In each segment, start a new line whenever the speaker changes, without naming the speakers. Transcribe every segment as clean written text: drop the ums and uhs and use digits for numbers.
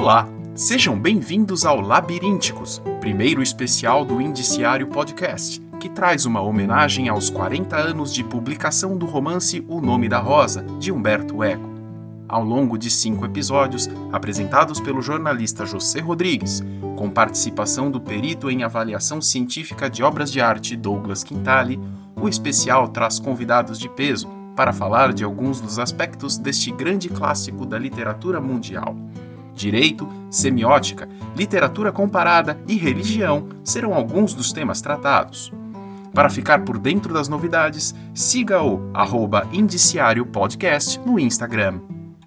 Olá, sejam bem-vindos ao Labirínticos, primeiro especial do Indiciário Podcast, que traz uma homenagem aos 40 anos de publicação do romance O Nome da Rosa, de Humberto Eco. Ao longo de 5 episódios, apresentados pelo jornalista José Rodrigues, com participação do perito em avaliação científica de obras de arte Douglas Quintali, o especial traz convidados de peso para falar de alguns dos aspectos deste grande clássico da literatura mundial. Direito, semiótica, literatura comparada e religião serão alguns dos temas tratados. Para ficar por dentro das novidades, siga o @Indiciário Podcast no Instagram.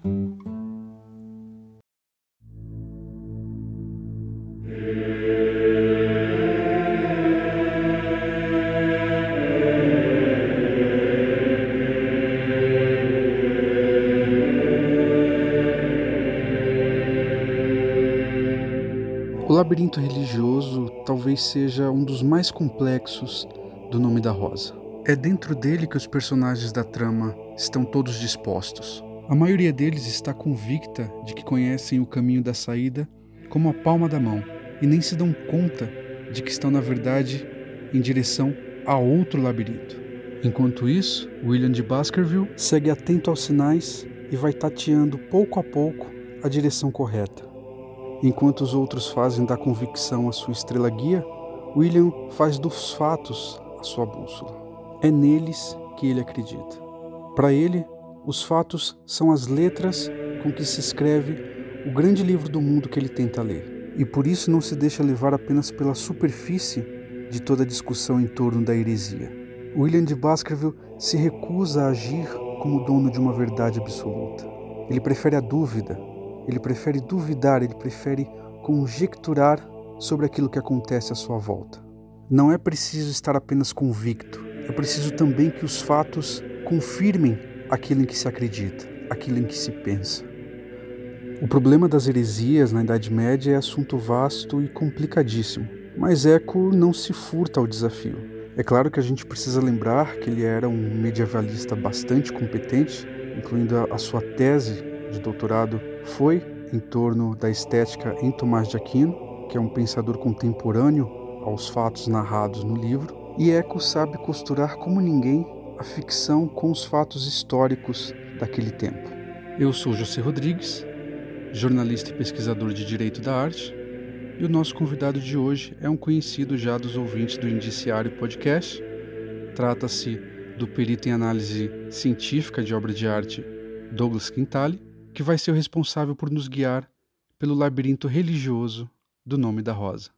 O labirinto religioso talvez seja um dos mais complexos do Nome da Rosa. É dentro dele que os personagens da trama estão todos dispostos. A maioria deles está convicta de que conhecem o caminho da saída como a palma da mão e nem se dão conta de que estão, na verdade, em direção a outro labirinto. Enquanto isso, William de Baskerville segue atento aos sinais e vai tateando pouco a pouco a direção correta. Enquanto os outros fazem da convicção a sua estrela guia, William faz dos fatos a sua bússola. É neles que ele acredita. Para ele, os fatos são as letras com que se escreve o grande livro do mundo que ele tenta ler. E por isso não se deixa levar apenas pela superfície de toda a discussão em torno da heresia. William de Baskerville se recusa a agir como dono de uma verdade absoluta. Ele prefere a dúvida. Ele prefere duvidar, ele prefere conjecturar sobre aquilo que acontece à sua volta. Não é preciso estar apenas convicto, é preciso também que os fatos confirmem aquilo em que se acredita, aquilo em que se pensa. O problema das heresias na Idade Média é assunto vasto e complicadíssimo, mas Eco não se furta ao desafio. É claro que a gente precisa lembrar que ele era um medievalista bastante competente, incluindo a sua tese de doutorado foi em torno da estética em Tomás de Aquino, que é um pensador contemporâneo aos fatos narrados no livro, e Eco sabe costurar como ninguém a ficção com os fatos históricos daquele tempo. Eu sou José Rodrigues, jornalista e pesquisador de Direito da Arte, e o nosso convidado de hoje é um conhecido já dos ouvintes do Indiciário Podcast. Trata-se do perito em análise científica de obra de arte Douglas Quintali, que vai ser o responsável por nos guiar pelo labirinto religioso do Nome da Rosa.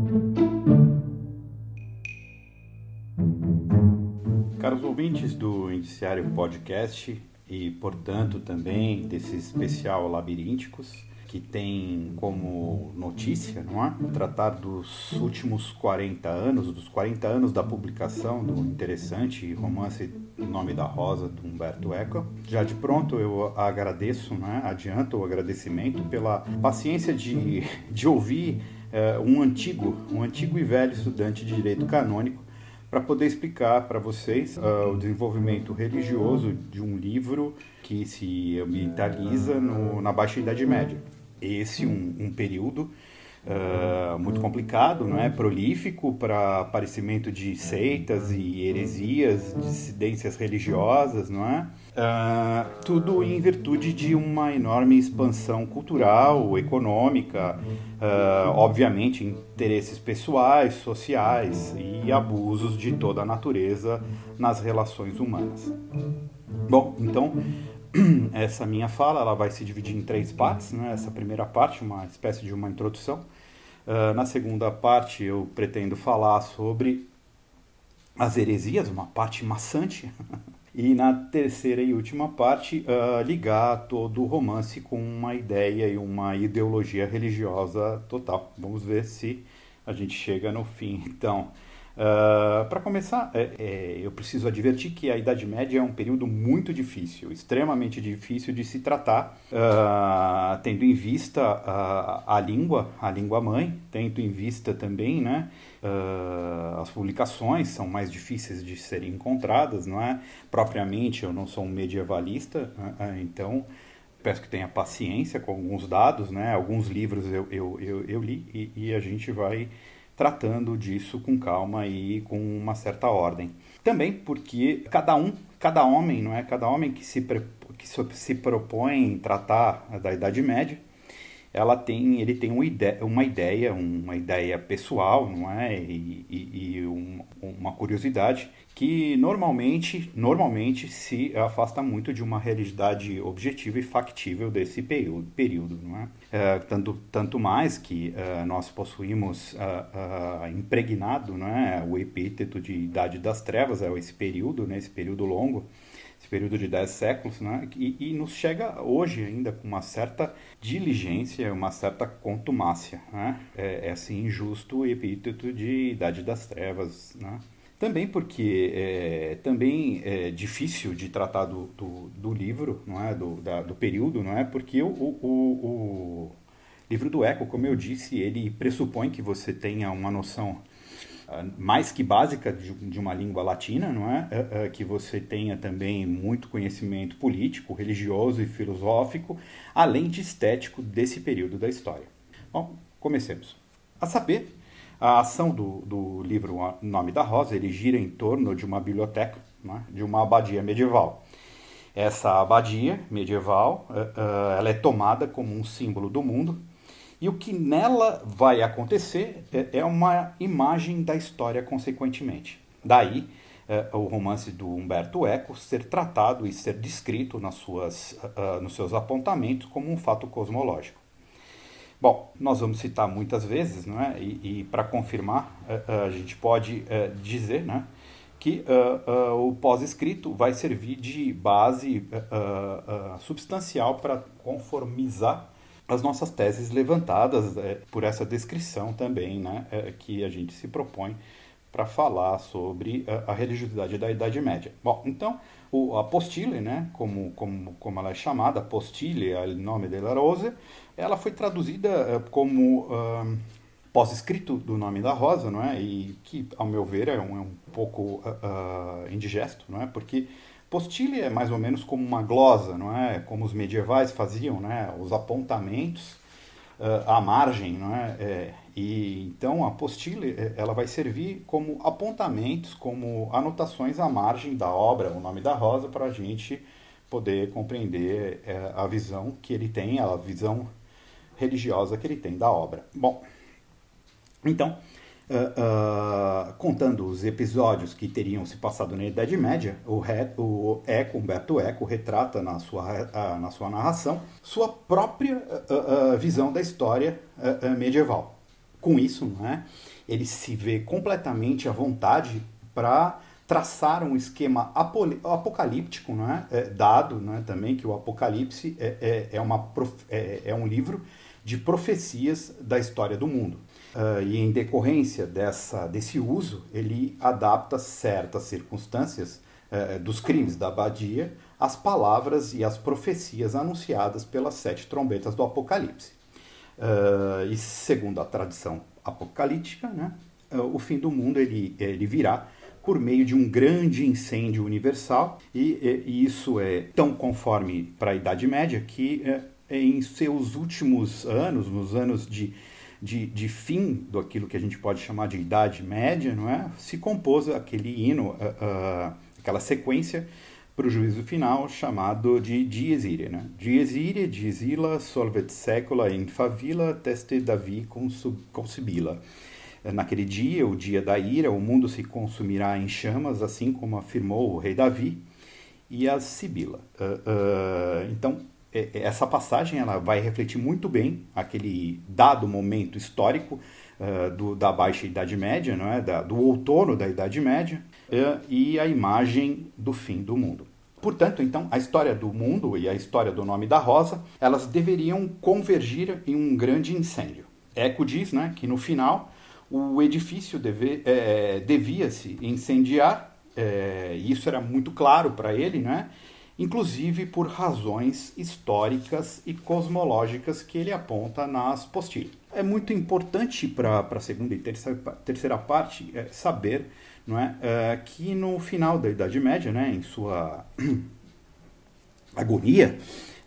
Caros ouvintes do Indiciário Podcast e, portanto, também desse especial Labirínticos, que tem como notícia, não é? Tratar dos últimos 40 anos, dos 40 anos da publicação do interessante romance O Nome da Rosa, do Humberto Eco. Já de pronto eu agradeço, né? Adianto o agradecimento pela paciência de ouvir um antigo e velho estudante de Direito Canônico para poder explicar para vocês o desenvolvimento religioso de um livro que se ambientaliza na Baixa Idade Média. Esse um período muito complicado, não é? Prolífico para aparecimento de seitas e heresias, dissidências religiosas, não é? Tudo em virtude de uma enorme expansão cultural, econômica, obviamente interesses pessoais, sociais e abusos de toda a natureza nas relações humanas. Bom, então essa minha fala ela vai se dividir em 3 partes, né? Essa primeira parte, uma espécie de uma introdução. Na segunda parte eu pretendo falar sobre as heresias, uma parte maçante. E na terceira e última parte, ligar todo o romance com uma ideia e uma ideologia religiosa total. Vamos ver se a gente chega no fim. Então, para começar, eu preciso advertir que a Idade Média é um período muito difícil, extremamente difícil de se tratar, tendo em vista a língua mãe, tendo em vista também, né, as publicações são mais difíceis de serem encontradas, não é? Propriamente, eu não sou um medievalista, então Peço que tenha paciência com alguns dados, né? Alguns livros eu li e a gente vai tratando disso com calma e com uma certa ordem. Também porque cada homem, não é? Cada homem que se propõe em tratar da Idade Média, ele tem uma ideia pessoal, não é? Uma curiosidade que normalmente se afasta muito de uma realidade objetiva e factível desse período, não é? Tanto mais que nós possuímos impregnado, não é? O epíteto de Idade das Trevas, esse período, né? Esse período longo, esse período de 10 séculos, né? E nos chega hoje ainda com uma certa diligência, uma certa contumácia, né? É assim injusto o epíteto de Idade das Trevas, né? Também porque também é difícil de tratar do livro, não é? do período, não é? Porque o livro do Eco, como eu disse, ele pressupõe que você tenha uma noção mais que básica de uma língua latina, não é? Que você tenha também muito conhecimento político, religioso e filosófico, além de estético desse período da história. Bom, comecemos. A saber, a ação do livro O Nome da Rosa, ele gira em torno de uma biblioteca, né? De uma abadia medieval. Essa abadia medieval, ela é tomada como um símbolo do mundo, e o que nela vai acontecer é uma imagem da história consequentemente. Daí, o romance do Umberto Eco ser tratado e ser descrito nos seus apontamentos como um fato cosmológico. Bom, nós vamos citar muitas vezes, não é? E para confirmar, a gente pode dizer, né, que o pós-escrito vai servir de base substancial para conformizar as nossas teses levantadas por essa descrição também, né, que a gente se propõe para falar sobre a religiosidade da Idade Média. Bom, então, a Postille, né, como ela é chamada, Postille, il nome della Rose, ela foi traduzida como pós-escrito do Nome da Rosa, não é? E que, ao meu ver, é um pouco indigesto, não é? Porque Postille é mais ou menos como uma glosa, não é? Como os medievais faziam, né? Os apontamentos à margem, não é? E então a Postille ela vai servir como apontamentos, como anotações à margem da obra, O Nome da Rosa, para a gente poder compreender a visão que ele tem, a visão religiosa que ele tem da obra. Bom, então, contando os episódios que teriam se passado na Idade Média, Umberto Eco retrata na sua narração sua própria visão da história medieval. Com isso, né, ele se vê completamente à vontade para traçar um esquema apocalíptico, né, dado, né, também que o Apocalipse é um livro de profecias da história do mundo. E em decorrência desse uso, ele adapta certas circunstâncias dos crimes da abadia às palavras e às profecias anunciadas pelas 7 trombetas do Apocalipse. E segundo a tradição apocalíptica, né, o fim do mundo ele virá por meio de um grande incêndio universal, e isso é tão conforme para a Idade Média que em seus últimos anos, nos anos de fim daquilo que a gente pode chamar de Idade Média, não é? Se compôs aquele hino, aquela sequência para o juízo final chamado de Dies Irae, né? Dies Irae, dies illa, solvet secula in favilla, teste Davi consibila. Naquele dia, o dia da ira, o mundo se consumirá em chamas, assim como afirmou o rei Davi e a Sibila. Então, essa passagem ela vai refletir muito bem aquele dado momento histórico da Baixa Idade Média, não é? Do outono da Idade Média, e a imagem do fim do mundo. Portanto, então, a história do mundo e a história do Nome da Rosa, elas deveriam convergir em um grande incêndio. Eco diz, né, que no final o edifício devia-se incendiar, e isso era muito claro para ele, né? Inclusive por razões históricas e cosmológicas que ele aponta nas Postilhas. É muito importante para a segunda e terceira parte saber, não é, que no final da Idade Média, né, em sua agonia,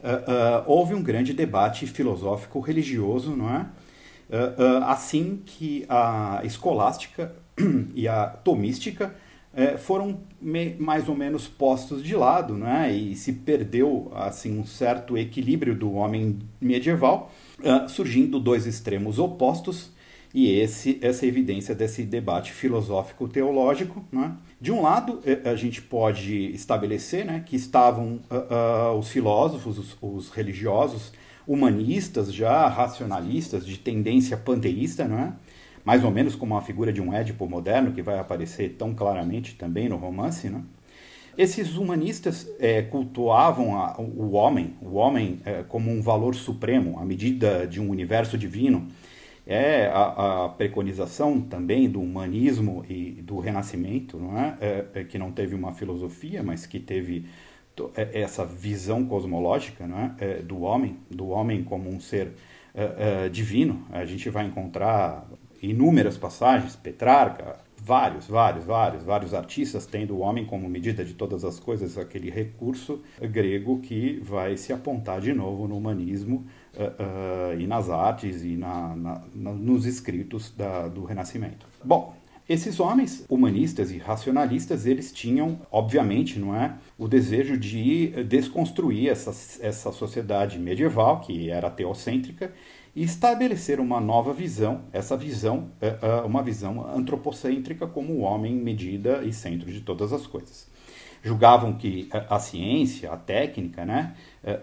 houve um grande debate filosófico religioso, não é? Assim que a escolástica e a tomística foram mais ou menos postos de lado, né? E se perdeu assim, um certo equilíbrio do homem medieval, surgindo dois extremos opostos, e essa evidência desse debate filosófico-teológico, né? De um lado, a gente pode estabelecer, né, que estavam os filósofos, os religiosos, humanistas, já racionalistas, de tendência panteísta, não é? Mais ou menos como a figura de um Édipo moderno, que vai aparecer tão claramente também no romance, né? Esses humanistas cultuavam o homem como um valor supremo, à medida de um universo divino. A preconização também do humanismo e do renascimento, não é? Que não teve uma filosofia, mas que teve essa visão cosmológica, não é? Do homem como um ser divino. A gente vai encontrar inúmeras passagens, Petrarca, vários artistas tendo o homem como medida de todas as coisas, aquele recurso grego que vai se apontar de novo no humanismo e nas artes e nos escritos do Renascimento. Bom, esses homens humanistas e racionalistas, eles tinham, obviamente, não é, o desejo de desconstruir essa sociedade medieval, que era teocêntrica, e estabelecer uma nova visão, uma visão antropocêntrica como o homem medida e centro de todas as coisas. Julgavam que a ciência, a técnica, né,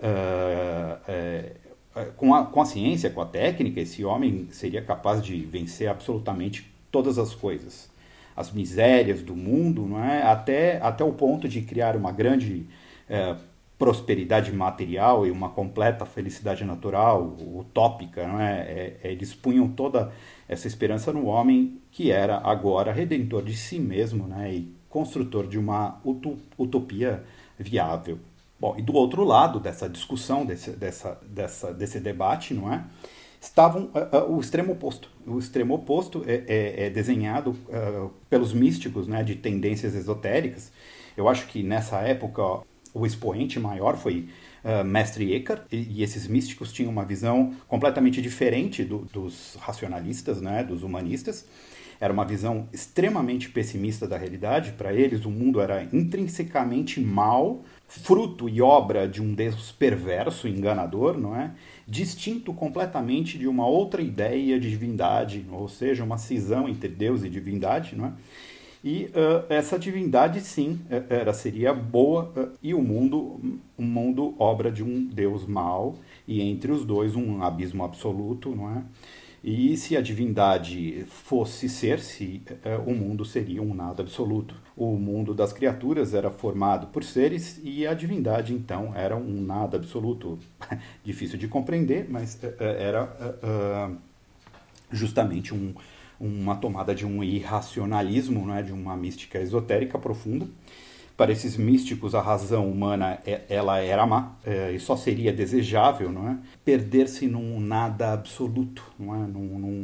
com a ciência, com a técnica, esse homem seria capaz de vencer absolutamente todas as coisas. As misérias do mundo, não é? Até o ponto de criar uma grande prosperidade material e uma completa felicidade natural, utópica, não é? Eles punham toda essa esperança no homem, que era agora redentor de si mesmo, né? E construtor de uma utopia viável. Bom, e do outro lado dessa discussão, desse debate, não é? Estavam o extremo oposto. O extremo oposto é desenhado pelos místicos, né, de tendências esotéricas. Eu acho que nessa época o expoente maior foi Mestre Eckhart, e esses místicos tinham uma visão completamente diferente dos racionalistas, né, dos humanistas. Era uma visão extremamente pessimista da realidade. Para eles, o mundo era intrinsecamente mau, fruto e obra de um Deus perverso, enganador, não é? Distinto completamente de uma outra ideia de divindade, ou seja, uma cisão entre Deus e divindade, não é? E essa divindade, sim, seria boa, e o mundo obra de um Deus mau, e entre os dois um abismo absoluto, não é? E se a divindade fosse ser-se, o mundo seria um nada absoluto. O mundo das criaturas era formado por seres e a divindade, então, era um nada absoluto. Difícil de compreender, mas era justamente uma tomada de um irracionalismo, né, de uma mística esotérica profunda. Para esses místicos, a razão humana ela era má, e só seria desejável, não é? Perder-se num nada absoluto, não é?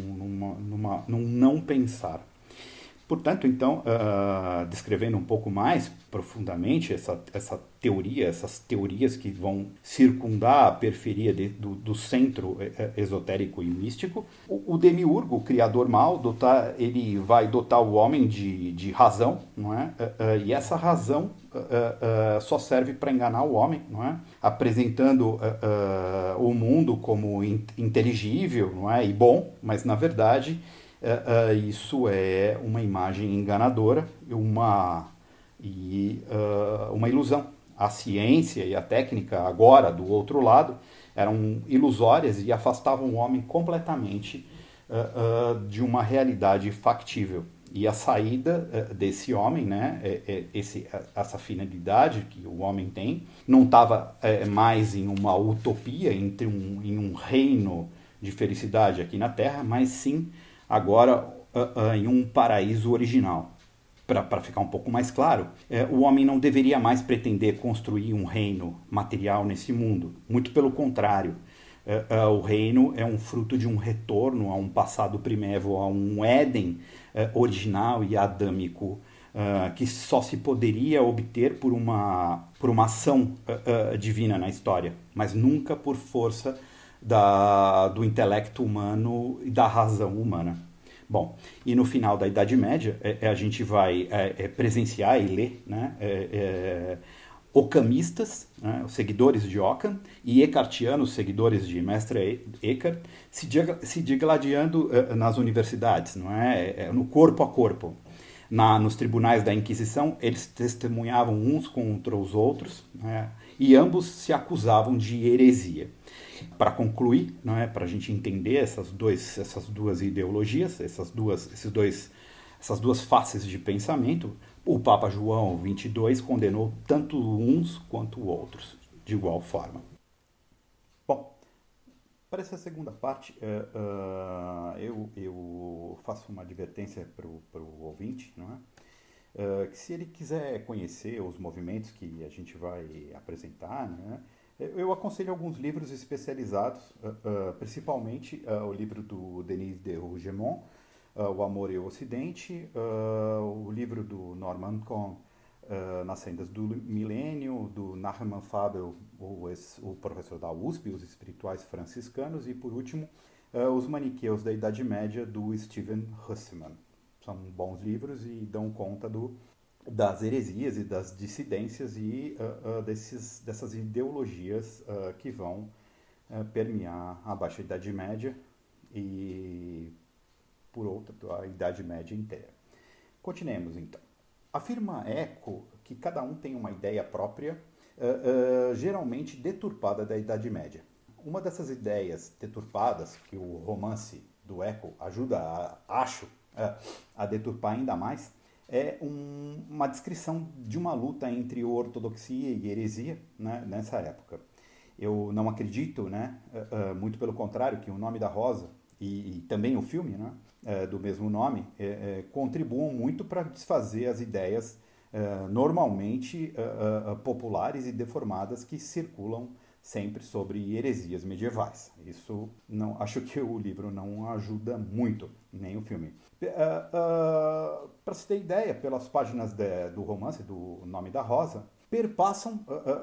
Num não pensar. Portanto, então, descrevendo um pouco mais profundamente essa teoria, essas teorias que vão circundar a periferia do centro esotérico e místico, o demiurgo, o criador mal, ele vai dotar o homem de razão, não é? E essa razão só serve para enganar o homem, não é? Apresentando o mundo como inteligível, não é? E bom, mas na verdade isso é uma imagem enganadora, uma ilusão. A ciência e a técnica, agora, do outro lado, eram ilusórias e afastavam o homem completamente de uma realidade factível. E a saída desse homem, né, essa finalidade que o homem tem, não estava mais em uma utopia, em um reino de felicidade aqui na Terra, mas sim agora em um paraíso original. Para ficar um pouco mais claro, o homem não deveria mais pretender construir um reino material nesse mundo. Muito pelo contrário. O reino é um fruto de um retorno a um passado primevo, a um Éden original e adâmico que só se poderia obter por uma ação divina na história, mas nunca por força do intelecto humano e da razão humana. Bom, e no final da Idade Média, a gente vai presenciar e ler, né, occamistas, né, os seguidores de Occam, e eckartianos, seguidores de Mestre Eckhart, se digladiando nas universidades, não é? No corpo a corpo. Nos tribunais da Inquisição, eles testemunhavam uns contra os outros, né, e ambos se acusavam de heresia. Para concluir, não é, para a gente entender essas duas ideologias, essas duas faces de pensamento, o Papa João XXII condenou tanto uns quanto outros, de igual forma. Bom, para essa segunda parte, eu faço uma advertência para o ouvinte, não é? Que se ele quiser conhecer os movimentos que a gente vai apresentar, né, eu aconselho alguns livros especializados, principalmente o livro do Denis de Rougemont, O Amor e o Ocidente, o livro do Norman Cohn, Nas Sendas do Milênio, do Nachman Fabel, o professor da USP, Os Espirituais Franciscanos, e por último, Os Maniqueus da Idade Média, do Steven Hussman. São bons livros e dão conta das heresias e das dissidências e dessas ideologias que vão permear a Baixa Idade Média e, por outra, a Idade Média inteira. Continuemos, então. Afirma Eco que cada um tem uma ideia própria, geralmente deturpada da Idade Média. Uma dessas ideias deturpadas, que o romance do Eco ajuda, a deturpar ainda mais, é uma descrição de uma luta entre ortodoxia e heresia, né, nessa época. Eu não acredito, né, muito pelo contrário, que O Nome da Rosa e também o filme, né, do mesmo nome contribuam muito para desfazer as ideias normalmente populares e deformadas que circulam sempre sobre heresias medievais. Isso não, acho que o livro não ajuda muito, nem o filme. Para se ter ideia, pelas páginas do romance do Nome da Rosa, perpassam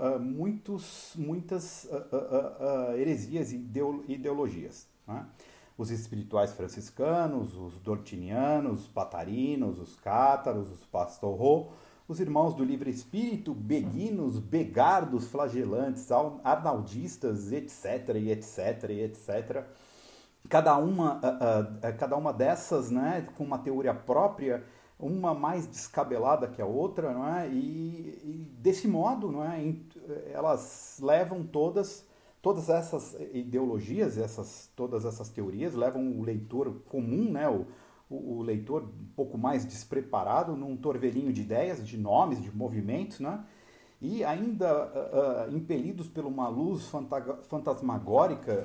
muitas heresias e ideologias, né? Os espirituais franciscanos, os dortinianos, os patarinos, os cátaros, os pastorro, os irmãos do livre espírito, beguinos, begardos, flagelantes, arnaldistas, etc, e etc, e etc. Cada uma dessas, né, com uma teoria própria, uma mais descabelada que a outra, não é? E desse modo, não é, elas levam todas essas ideologias, todas essas teorias, levam o leitor comum, né, o leitor um pouco mais despreparado, num torvelinho de ideias, de nomes, de movimentos, né? E ainda impelidos por uma luz fantasmagórica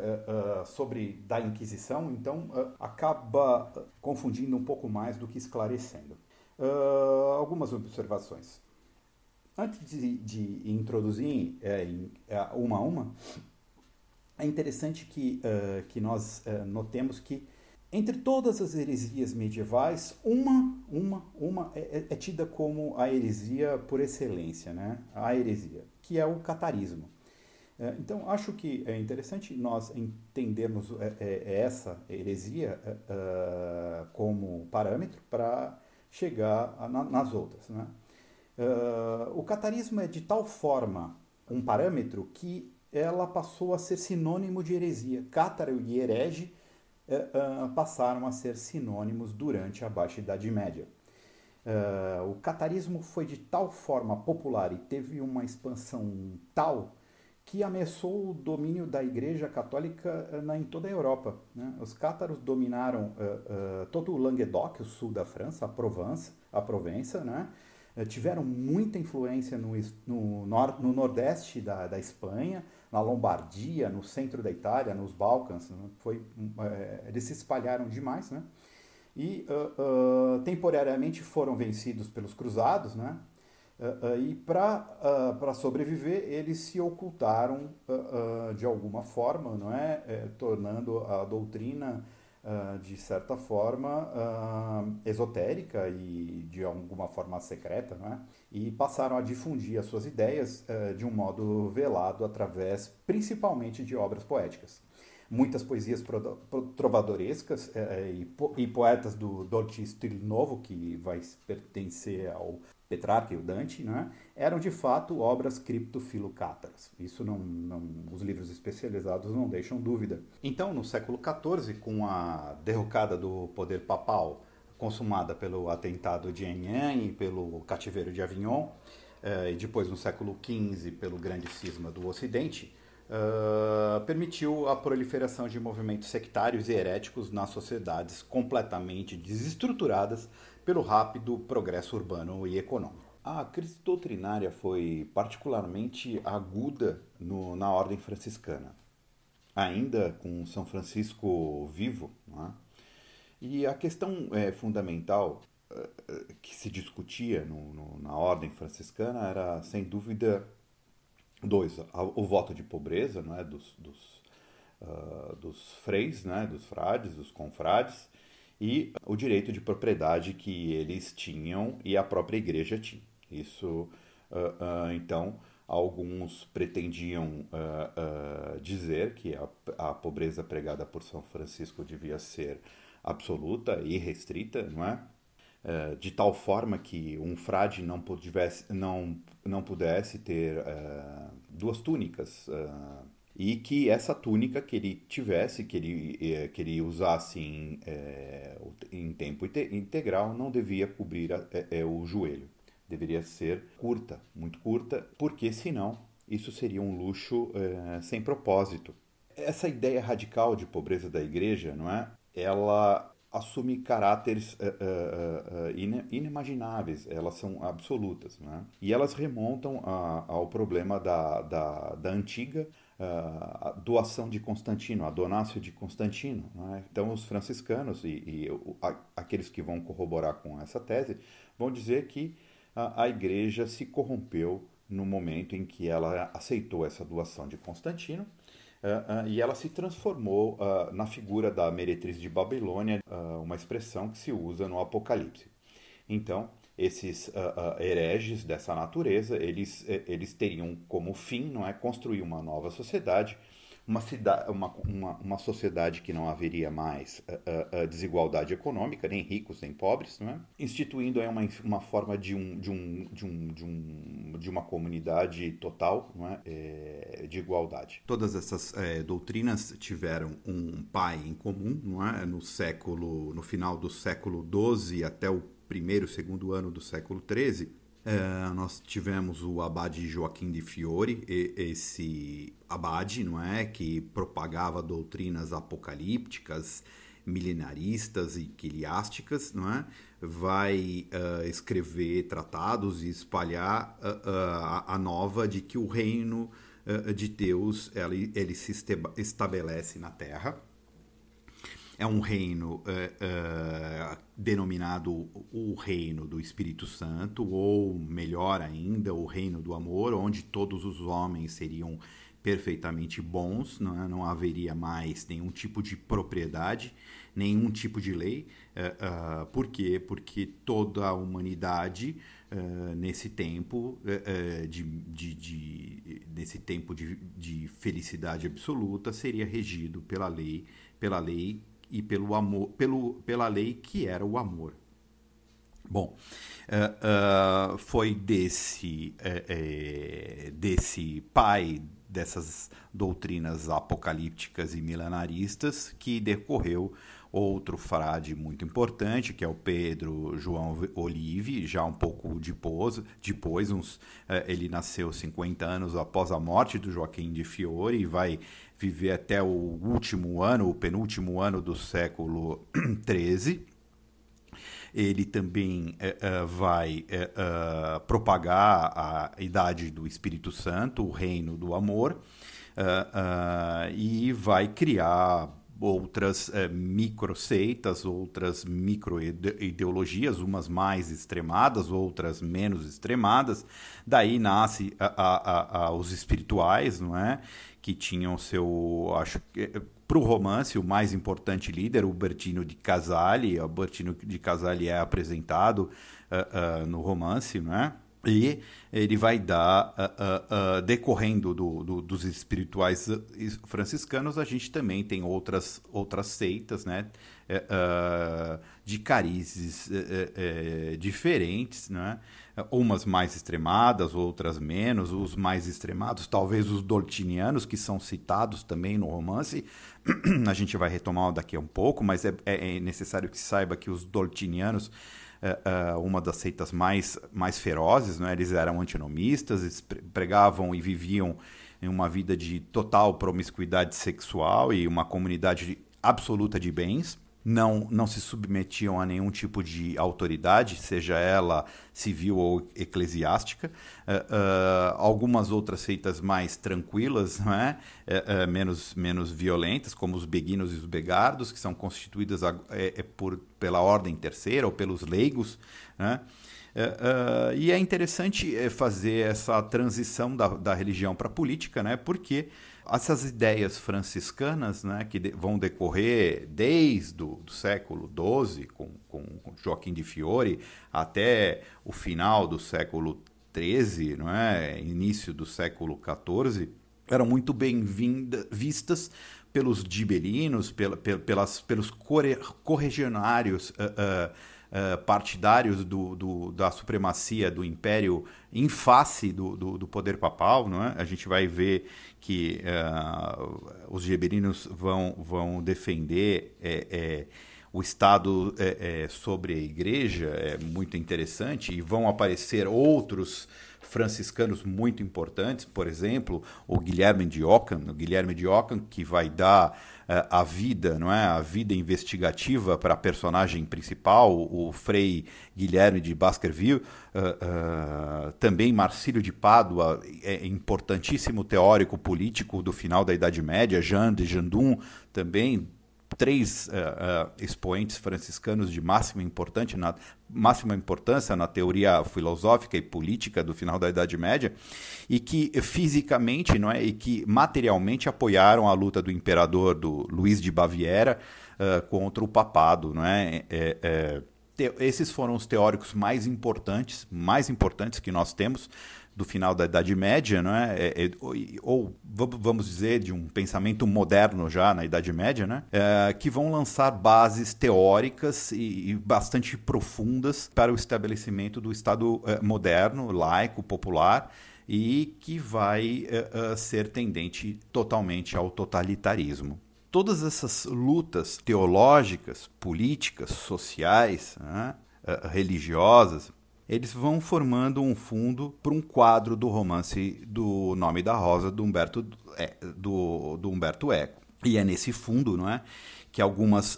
da Inquisição, então acaba confundindo um pouco mais do que esclarecendo. Algumas observações. Antes de introduzir uma a uma, é interessante que nós notemos que entre todas as heresias medievais, uma é tida como a heresia por excelência, né? A heresia, que é o catarismo. Então, acho que é interessante nós entendermos essa heresia como parâmetro para chegar nas outras, né? O catarismo é de tal forma um parâmetro que ela passou a ser sinônimo de heresia. Cátaro e herege passaram a ser sinônimos durante a Baixa Idade Média. O catarismo foi de tal forma popular e teve uma expansão tal que ameaçou o domínio da Igreja Católica em toda a Europa, né? Os cátaros dominaram todo o Languedoc, o sul da França, a Provença, né? Tiveram muita influência no nordeste da Espanha, na Lombardia, no centro da Itália, nos Balcãs, né? Eles se espalharam demais, né? E temporariamente foram vencidos pelos cruzados, né? E para sobreviver eles se ocultaram de alguma forma, não é? Tornando a doutrina de certa forma, esotérica e de alguma forma secreta, né? E passaram a difundir as suas ideias de um modo velado através, principalmente, de obras poéticas. Muitas poesias trovadorescas e poetas do Dolce Stil Novo, que vai pertencer ao Petrarca e o Dante, né, eram de fato obras criptofilocátaras. Isso os livros especializados não deixam dúvida. Então, no século XIV, com a derrocada do poder papal consumada pelo atentado de Amiens e pelo cativeiro de Avignon, e depois no século XV pelo grande cisma do Ocidente, permitiu a proliferação de movimentos sectários e heréticos nas sociedades completamente desestruturadas pelo rápido progresso urbano e econômico. A crise doutrinária foi particularmente aguda na ordem franciscana, ainda com São Francisco vivo, né? E a questão fundamental que se discutia na ordem franciscana era, sem dúvida, o voto de pobreza, não é, dos freis, né, dos frades, dos confrades, e o direito de propriedade que eles tinham e a própria igreja tinha. Isso, então, alguns pretendiam dizer que a pobreza pregada por São Francisco devia ser absoluta e restrita, não é? De tal forma que um frade não pudesse ter duas túnicas, e que essa túnica que ele tivesse, que ele usasse em tempo integral, não devia cobrir o joelho. Deveria ser curta, muito curta, porque senão isso seria um luxo sem propósito. Essa ideia radical de pobreza da igreja, não é? Ela assume caráteres inimagináveis, elas são absolutas, né? E elas remontam ao problema da antiga doação de Constantino, a donatio de Constantino, né? Então os franciscanos e aqueles que vão corroborar com essa tese vão dizer que a igreja se corrompeu no momento em que ela aceitou essa doação de Constantino, e ela se transformou na figura da meretriz de Babilônia, uma expressão que se usa no Apocalipse. Então, esses hereges dessa natureza, eles teriam como fim, não é, construir uma nova sociedade, uma sociedade que não haveria mais desigualdade econômica, nem ricos nem pobres, não é? Instituindo uma forma de uma comunidade total, não é? De igualdade. Todas essas doutrinas tiveram um pai em comum, não é? No final do século XII até o segundo ano do século XIII, nós tivemos o abade Joaquim de Fiore, esse abade, não é, que propagava doutrinas apocalípticas, milenaristas e quiliásticas, não é? Vai escrever tratados e espalhar a nova de que o reino de Deus ele se estabelece na Terra. É um reino denominado o reino do Espírito Santo, ou melhor ainda, o reino do amor, onde todos os homens seriam perfeitamente bons, não haveria mais nenhum tipo de propriedade, nenhum tipo de lei. Por quê? Porque toda a humanidade, nesse tempo de felicidade absoluta, seria regido pela lei e pelo amor, pela lei que era o amor. Bom, foi desse pai dessas doutrinas apocalípticas e milenaristas que decorreu outro frade muito importante, que é o Pedro João Olive, já um pouco depois ele nasceu 50 anos após a morte do Joaquim de Fiore e vai viver até o penúltimo ano do século XIII. Ele também vai propagar a idade do Espírito Santo, o reino do amor, e vai criar outras micro-seitas, outras micro-ideologias, umas mais extremadas, outras menos extremadas. Daí nasce os espirituais, não é? Que tinham para o romance, o mais importante líder, o Bertino di Casali. O Bertino di Casali é apresentado no romance, né? E ele vai dar, decorrendo dos espirituais franciscanos, a gente também tem outras seitas, né? De carizes diferentes, né? Umas mais extremadas, outras menos. Os mais extremados, talvez os dolcinianos, que são citados também no romance. A gente vai retomar daqui a um pouco, mas é necessário que se saiba que os dolcinianos, uma das seitas mais ferozes, né? Eles eram antinomistas, eles pregavam e viviam em uma vida de total promiscuidade sexual e uma comunidade absoluta de bens. Não se submetiam a nenhum tipo de autoridade, seja ela civil ou eclesiástica. Algumas outras seitas mais tranquilas, né? Menos violentas, como os beguinos e os begardos, que são constituídas pela ordem terceira ou pelos leigos, né? E é interessante fazer essa transição da religião para a política, né? Porque essas ideias franciscanas, né, que vão decorrer desde o século XII, com Joaquim de Fiore, até o final do século XIII, não é? Início do século XIV, eram muito bem vistas pelos gibelinos, pelos correligionários partidários da supremacia do império em face do poder papal, não é? A gente vai ver que os gibelinos vão defender o Estado sobre a Igreja, é muito interessante, e vão aparecer outros franciscanos muito importantes, por exemplo, o Guilherme de Ockham, que vai dar a vida, não é? A vida investigativa para a personagem principal, o Frei Guilherme de Baskerville. Também Marcílio de Pádua, importantíssimo teórico político do final da Idade Média, Jean de Jandun, também 3 expoentes franciscanos de máxima importância na teoria filosófica e política do final da Idade Média, e que fisicamente, não é, e que materialmente apoiaram a luta do imperador do Luís de Baviera contra o papado, não é? Esses foram os teóricos mais importantes que nós temos do final da Idade Média, não é? Ou vamos dizer de um pensamento moderno já na Idade Média, né? Que vão lançar bases teóricas e bastante profundas para o estabelecimento do Estado moderno, laico, popular, e que vai ser tendente totalmente ao totalitarismo. Todas essas lutas teológicas, políticas, sociais, né? Religiosas, eles vão formando um fundo para um quadro do romance do Nome da Rosa, do Umberto Eco. E é nesse fundo, não é, que algumas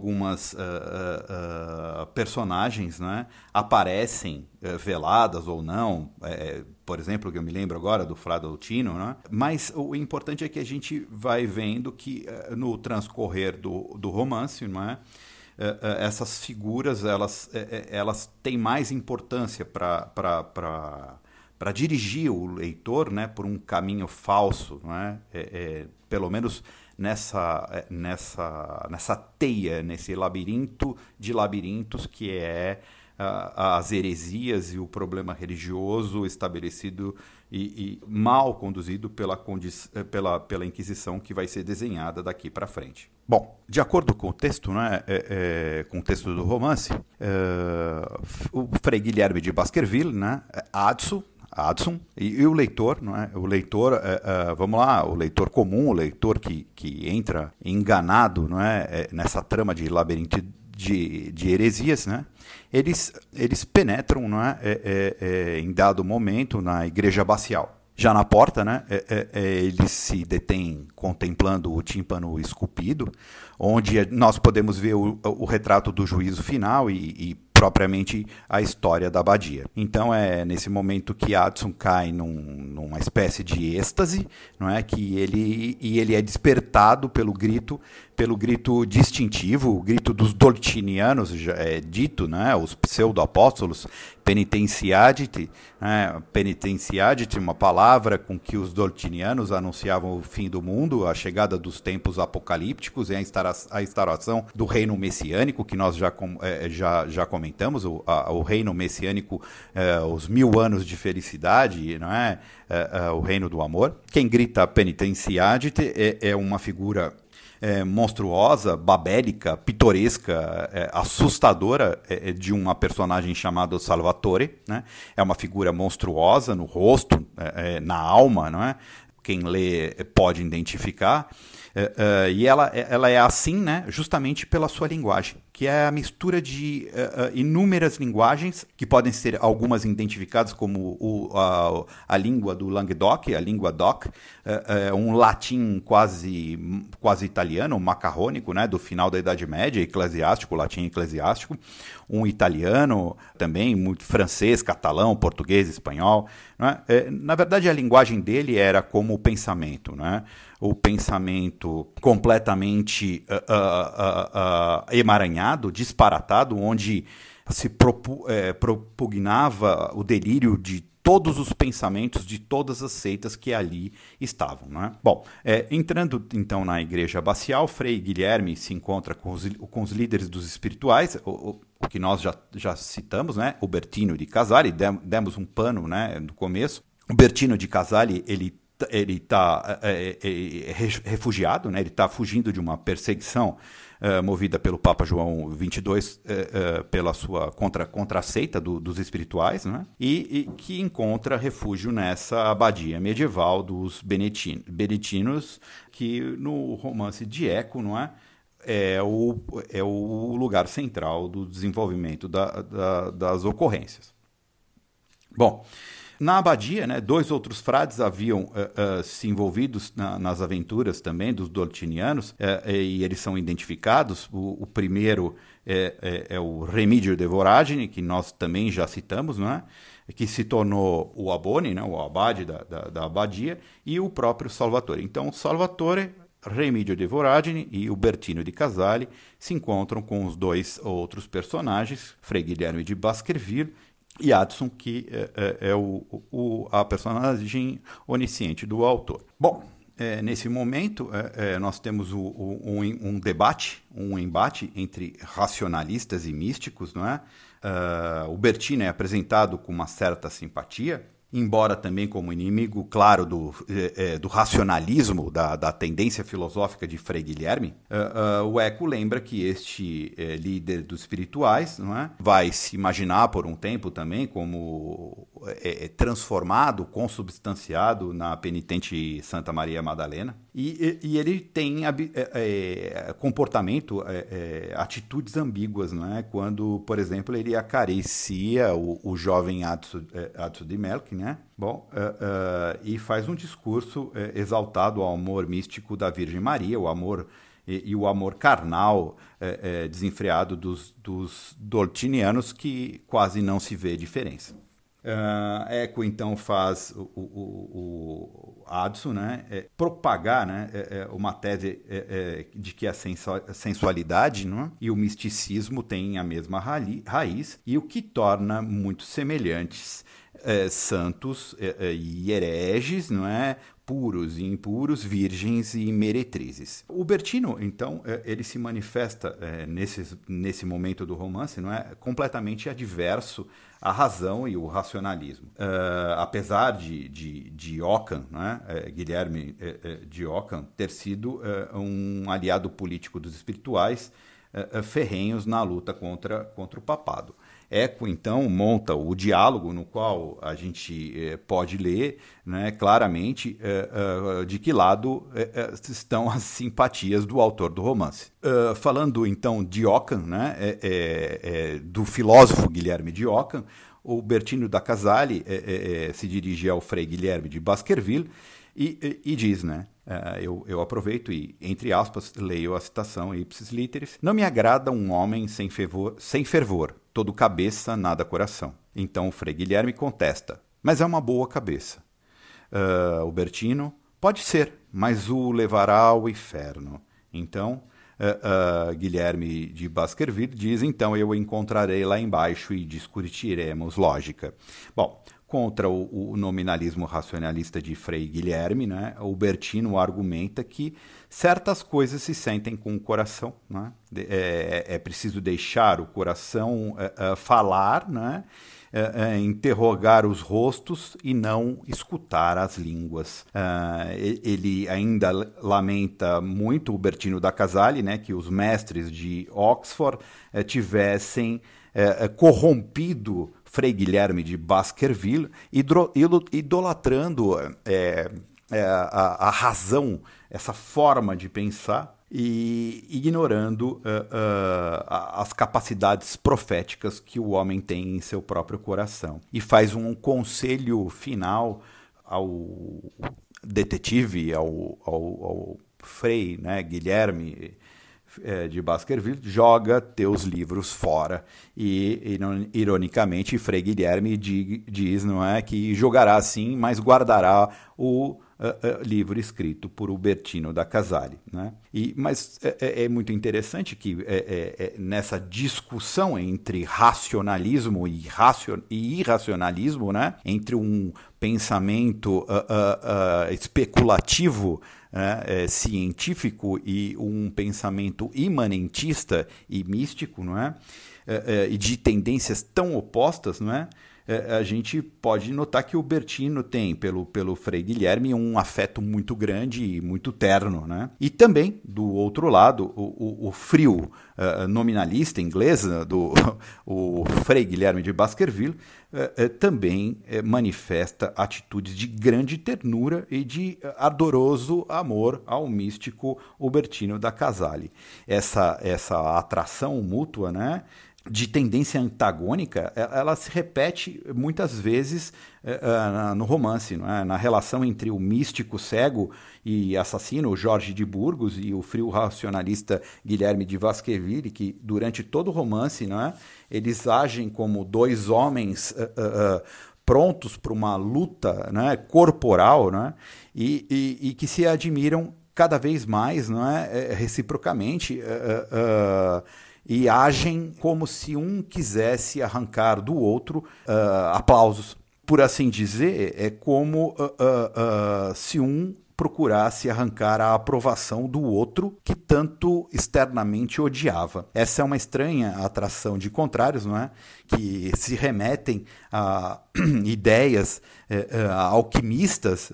personagens, não é, aparecem veladas ou não. Por exemplo, que eu me lembro agora do Fra Dolcino, não é? Mas o importante é que a gente vai vendo que no transcorrer do romance, não é, essas figuras elas têm mais importância para dirigir o leitor, né, por um caminho falso, não é? Pelo menos nessa teia, nesse labirinto de labirintos que é as heresias e o problema religioso estabelecido e mal conduzido pela Inquisição, que vai ser desenhada daqui para frente. Bom, de acordo com o texto, né, com o texto do romance, o Frei Guilherme de Baskerville, né, Adson e o leitor, não é? O leitor, vamos lá, o leitor comum, o leitor que entra enganado, não é, nessa trama de labirinto de heresias, né? Eles penetram, não é, em dado momento na igreja abacial. Já na porta, né, eles se detêm contemplando o tímpano esculpido, onde nós podemos ver o retrato do juízo final e propriamente a história da abadia. Então é nesse momento que Adson cai numa espécie de êxtase, não é, que ele é despertado pelo grito pelo grito distintivo, o grito dos dolcinianos, dito, né, os pseudo-apóstolos, penitenciadite, né, penitenciadite, uma palavra com que os dolcinianos anunciavam o fim do mundo, a chegada dos tempos apocalípticos e a instauração do reino messiânico, que nós já comentamos, o reino messiânico, os 1000 anos de felicidade, não é? O reino do amor. Quem grita penitenciadite é uma figura monstruosa, babélica, pitoresca, assustadora de uma personagem chamada Salvatore, né? É uma figura monstruosa no rosto, na alma, não é? Quem lê pode identificar. E ela é assim, né, justamente pela sua linguagem, que é a mistura de inúmeras linguagens, que podem ser algumas identificadas como a língua do Languedoc, a língua doc, um latim quase italiano, macarrônico, né, do final da Idade Média, eclesiástico, latim eclesiástico, um italiano também, muito francês, catalão, português, espanhol. Né? Na verdade, a linguagem dele era como o pensamento, né? O pensamento completamente emaranhado, disparatado, onde se propugnava o delírio de todos os pensamentos de todas as seitas que ali estavam. Né? Bom, entrando então na igreja abacial, Frei Guilherme se encontra com os líderes dos espirituais, o que nós já citamos, né? O Bertino de Casale, demos um pano, né, no começo. O Bertino de Casale, ele está refugiado, né? Ele está fugindo de uma perseguição movida pelo Papa João XXII pela sua contra a seita dos espirituais, né? E que encontra refúgio nessa abadia medieval dos beneditinos, que no romance de Eco, não é? É o lugar central do desenvolvimento das ocorrências. Bom, na abadia, né, 2 outros frades haviam se envolvidos nas aventuras também dos dolcinianos, e eles são identificados. O primeiro é o Remídio de Voragine, que nós também já citamos, não é? Que se tornou o Abone, né, o abade da abadia, e o próprio Salvatore. Então, Salvatore, Remídio de Voragine e o Bertino de Casale se encontram com os 2 outros personagens, Frei Guilherme de Baskerville e Addison, que é a personagem onisciente do autor. Bom, nesse momento nós temos um debate, um embate entre racionalistas e místicos, não é? O Bertino é apresentado com uma certa simpatia, embora também como inimigo, claro, do racionalismo, da tendência filosófica de Frei Guilherme. O Eco lembra que este líder dos espirituais, não é, vai se imaginar por um tempo também como transformado, consubstanciado na penitente Santa Maria Madalena, e ele tem comportamento, atitudes ambíguas, não é? Quando, por exemplo, ele acaricia o jovem Adzo de Melk, né? Bom, e faz um discurso exaltado ao amor místico da Virgem Maria, o amor e o amor carnal desenfreado dos dolcinianos, que quase não se vê diferença. Eco então faz o Addison, né, propagar, né, uma tese de que a sensualidade, não é, e o misticismo têm a mesma raiz, e o que torna muito semelhantes santos e hereges, não é, puros e impuros, virgens e meretrizes. O Bertino, então, ele se manifesta nesse momento do romance, não é, completamente adverso à razão e o racionalismo. Apesar de Ockham, né, Guilherme de Ockham, ter sido um aliado político dos espirituais ferrenhos na luta contra o papado. Eco, então, monta o diálogo no qual a gente pode ler, né, claramente de que lado estão as simpatias do autor do romance. Falando, então, de Ockham, né, do filósofo Guilherme de Ockham, o Bertino da Casale se dirige ao Frei Guilherme de Baskerville e diz, né, eu aproveito e, entre aspas, leio a citação ipsis literis: não me agrada um homem sem fervor, todo cabeça, nada coração. Então o Frei Guilherme contesta: mas é uma boa cabeça. O Bertino: pode ser, mas o levará ao inferno. Então Guilherme de Baskerville diz, então eu encontrarei lá embaixo e discutiremos lógica. Bom, contra o nominalismo racionalista de Frei Guilherme, né, o Bertino argumenta que certas coisas se sentem com o coração, né? É preciso deixar o coração falar, né? Interrogar os rostos e não escutar as línguas. Ele ainda lamenta muito o Bertino da Casale, né, que os mestres de Oxford tivessem corrompido Frei Guilherme de Baskerville, idolatrando a razão, essa forma de pensar, e ignorando as capacidades proféticas que o homem tem em seu próprio coração. E faz um conselho final ao detetive, ao Frei, né, Guilherme de Baskerville: joga teus livros fora. E ironicamente, Frei Guilherme diz, não é, que jogará sim, mas guardará o livro escrito por Bertino da Casale, né? Mas é muito interessante que nessa discussão entre racionalismo e irracionalismo, né, entre um pensamento especulativo, científico, e um pensamento imanentista e místico, não é? E de tendências tão opostas, não é? A gente pode notar que o Bertino tem pelo Frei Guilherme um afeto muito grande e muito terno, né? E também, do outro lado, o frio nominalista inglês, o Frei Guilherme de Baskerville, também manifesta atitudes de grande ternura e de ardoroso amor ao místico Bertino da Casale. Essa atração mútua, né, de tendência antagônica, ela se repete muitas vezes no romance, não é? Na relação entre o místico cego e assassino Jorge de Burgos e o frio racionalista Guilherme de Baskerville, que durante todo o romance, não é, eles agem como dois homens prontos para uma luta, né, corporal, né, e que se admiram cada vez mais, não é, reciprocamente, e agem como se um quisesse arrancar do outro aplausos. Por assim dizer, é como se um procurasse arrancar a aprovação do outro que tanto externamente odiava. Essa é uma estranha atração de contrários, não é? Que se remetem a ideias alquimistas,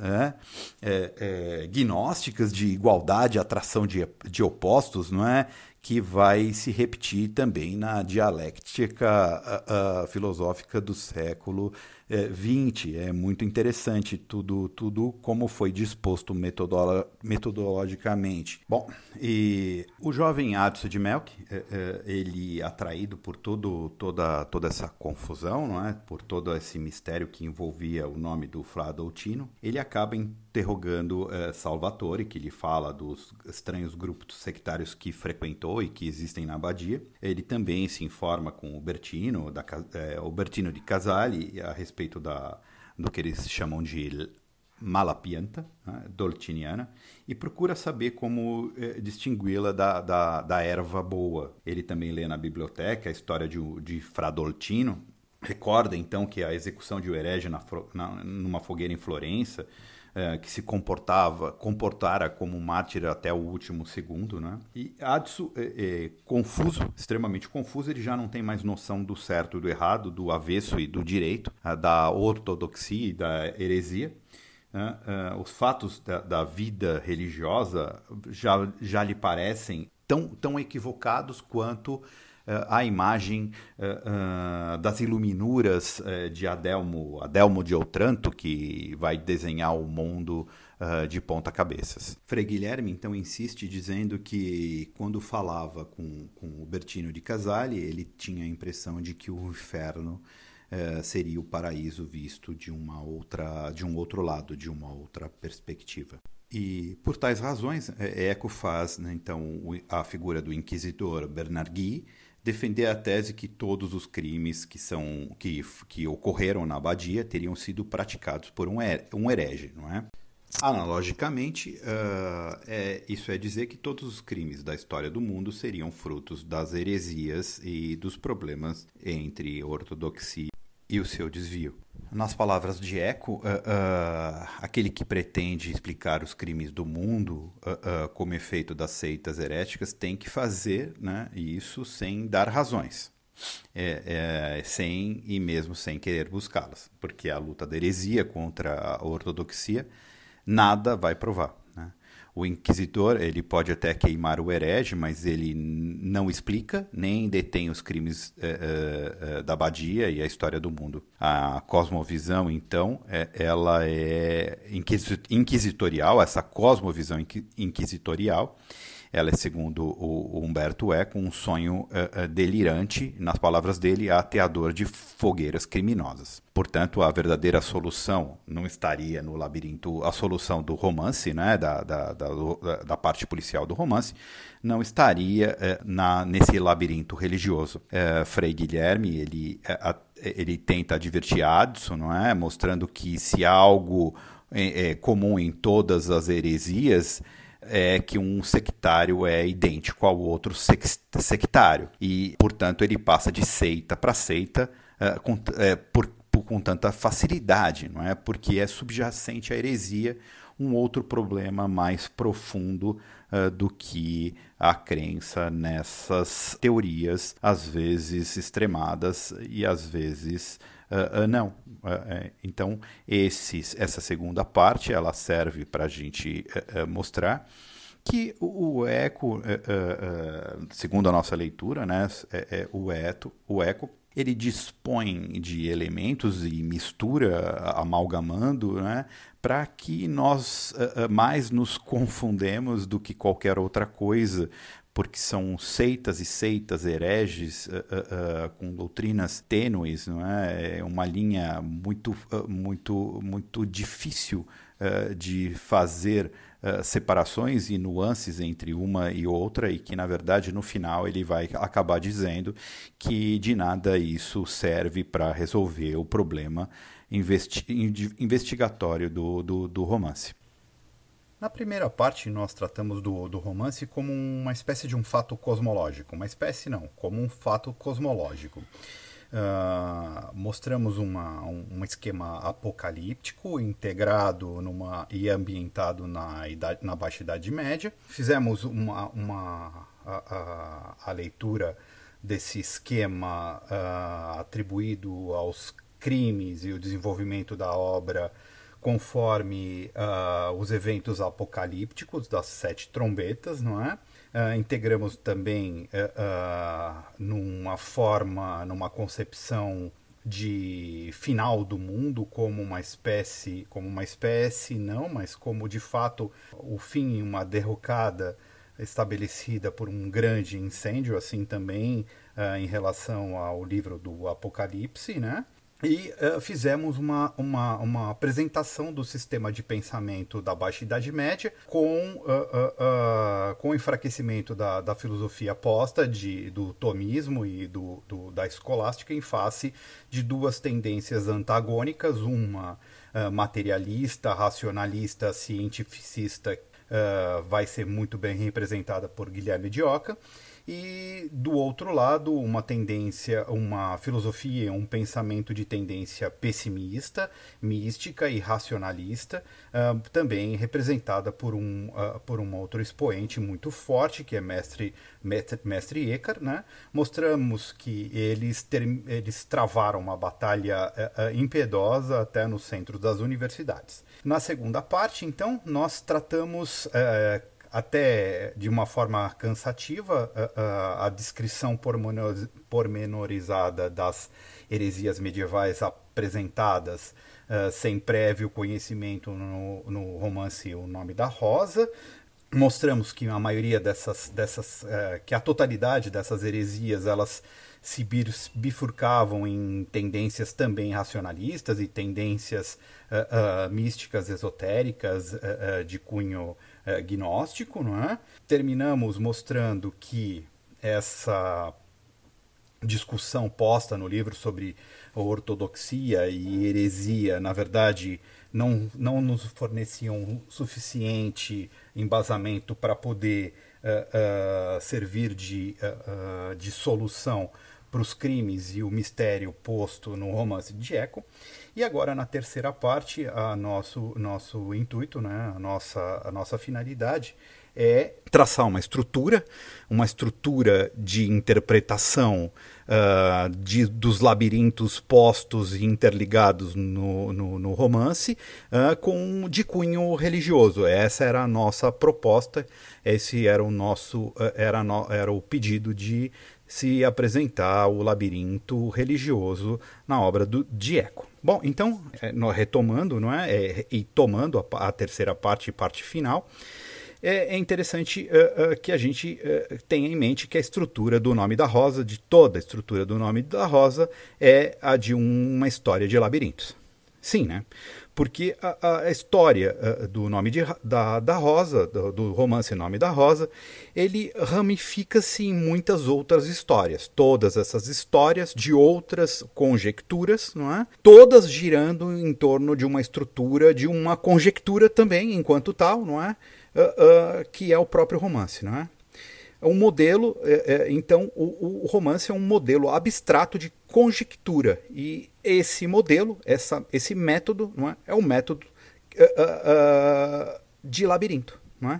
gnósticas de igualdade, atração de opostos, não é? Que vai se repetir também na dialética filosófica do século XX. É muito interessante tudo como foi disposto metodologicamente. Bom, e o jovem Adso de Melk, ele, atraído por toda essa confusão, não é? Por todo esse mistério que envolvia o nome do Fra Dolcino, ele acaba interrogando Salvatore, que lhe fala dos estranhos grupos sectários que frequentou e que existem na abadia. Ele também se informa com o Bertino de Casale a respeito do que eles chamam de malapianta, né, dolciniana, e procura saber como distingui-la da erva boa. Ele também lê na biblioteca a história de Fra Dolcino. Recorda, então, que a execução de um herege numa fogueira em Florença, que se comportara como um mártir até o último segundo, né? E Adso, confuso, extremamente confuso, ele já não tem mais noção do certo e do errado, do avesso e do direito, da ortodoxia e da heresia. Os fatos da vida religiosa já lhe parecem tão equivocados quanto a imagem das iluminuras de Adelmo de Otranto, que vai desenhar o mundo de ponta cabeças. Frei Guilherme, então, insiste dizendo que, quando falava com o Bertino de Casale, ele tinha a impressão de que o inferno seria o paraíso visto de um outro lado, de uma outra perspectiva. E, por tais razões, eco faz, né, então, a figura do inquisidor Bernard Guy defender a tese que todos os crimes que ocorreram na abadia teriam sido praticados por um herege, não é? Analogicamente, isso é dizer que todos os crimes da história do mundo seriam frutos das heresias e dos problemas entre ortodoxia e o seu desvio. Nas palavras de Eco, aquele que pretende explicar os crimes do mundo como efeito das seitas heréticas tem que fazer, né, isso sem dar razões. Mesmo sem querer buscá-las, porque a luta da heresia contra a ortodoxia nada vai provar, né? O inquisidor, ele pode até queimar o herege, mas ele não explica nem detém os crimes da abadia e a história do mundo. A cosmovisão, então, ela é inquisitorial, essa cosmovisão inquisitorial, ela é, segundo o Humberto Eco, um sonho delirante, nas palavras dele, ateador de fogueiras criminosas. Portanto, a verdadeira solução não estaria no labirinto, a solução do romance, né, da parte policial do romance, não estaria nesse labirinto religioso. Frei Guilherme, ele tenta advertir Addison, não é? Mostrando que se há algo comum em todas as heresias, é que um sectário é idêntico ao outro sectário. E, portanto, ele passa de seita para seita com tanta facilidade, não é? Porque é subjacente à heresia um outro problema mais profundo do que a crença nessas teorias, às vezes extremadas e às vezes não. Então, essa segunda parte ela serve para a gente mostrar que o Eco, segundo a nossa leitura, né, o Eco, ele dispõe de elementos e mistura, amalgamando, né, para que nós mais nos confundemos do que qualquer outra coisa, porque são seitas e seitas hereges com doutrinas tênues, não é? É uma linha muito difícil de fazer separações e nuances entre uma e outra, e que, na verdade, no final ele vai acabar dizendo que de nada isso serve para resolver o problema investigatório do romance.
Na primeira parte, nós tratamos do romance como uma espécie de um fato cosmológico. Uma espécie não, como um fato cosmológico. Mostramos um esquema apocalíptico integrado e ambientado na Baixa Idade Média. Fizemos a leitura desse esquema atribuído aos crimes e o desenvolvimento da obra conforme os eventos apocalípticos das 7 trombetas, não é? Integramos também numa concepção de final do mundo como uma espécie não, mas como de fato o fim em uma derrocada estabelecida por um grande incêndio, assim também em relação ao livro do Apocalipse, né? E fizemos uma apresentação do sistema de pensamento da Baixa Idade Média com o enfraquecimento da filosofia posta do tomismo e da escolástica em face de duas tendências antagônicas, uma materialista, racionalista, cientificista, vai ser muito bem representada por Guilherme de Occa, e do outro lado uma filosofia, um pensamento de tendência pessimista, mística e racionalista, também representada por um outro expoente muito forte, que é Mestre Eckhart, né? Mostramos que eles travaram uma batalha impiedosa até no centro das universidades. Na segunda parte, então, nós tratamos até de uma forma cansativa a descrição pormenorizada das heresias medievais apresentadas sem prévio conhecimento no romance O Nome da Rosa. Mostramos que a maioria que a totalidade dessas heresias, elas se bifurcavam em tendências também racionalistas e tendências místicas, esotéricas, de cunho gnóstico, não é? Terminamos mostrando que discussão posta no livro sobre ortodoxia e heresia, na verdade, não nos forneciam suficiente embasamento para poder servir de solução para os crimes e o mistério posto no romance de Dieckle. E agora, na terceira parte, nosso intuito, né, a nossa finalidade é traçar uma estrutura de interpretação dos labirintos postos e interligados no romance, de cunho religioso. Essa era a nossa proposta, esse era era o pedido de se apresentar o labirinto religioso na obra do Dieckle. Bom, então, retomando, não é? E tomando a terceira parte final, é interessante que a gente tenha em mente que a estrutura do Nome da Rosa, de toda a estrutura do Nome da Rosa, é a de uma história de labirintos. Sim, né? Porque a história do Nome da Rosa, do romance Nome da Rosa, ele ramifica-se em muitas outras histórias. Todas essas histórias de outras conjecturas, não é? Todas girando em torno de uma estrutura, de uma conjectura também, enquanto tal, não é? Que é o próprio romance, não é? Um modelo, então, o romance é um modelo abstrato de conjectura, e esse modelo, esse método, não é? É um método de labirinto, não é?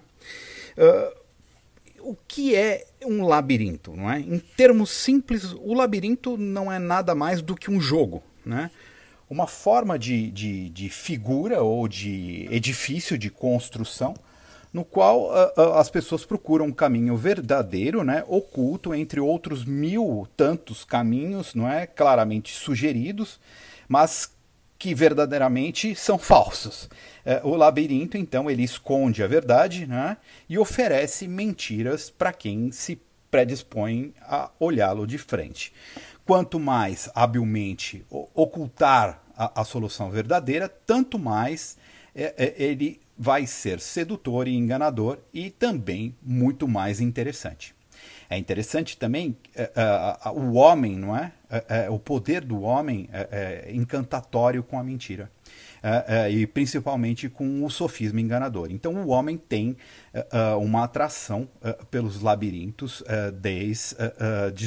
O que é um labirinto, não é? Em termos simples, o labirinto não é nada mais do que um jogo, né? Uma forma de figura ou de edifício, de construção, no qual as pessoas procuram um caminho verdadeiro, né, oculto entre outros 1000 tantos caminhos, não é, claramente sugeridos, mas que verdadeiramente são falsos. O labirinto, então, ele esconde a verdade, né, e oferece mentiras para quem se predispõe a olhá-lo de frente. Quanto mais habilmente ocultar a solução verdadeira, tanto mais ele vai ser sedutor e enganador, e também muito mais interessante. É interessante também o homem, não é? O poder do homem é encantatório com a mentira. E principalmente com o sofisma enganador. Então o homem tem uma atração pelos labirintos desde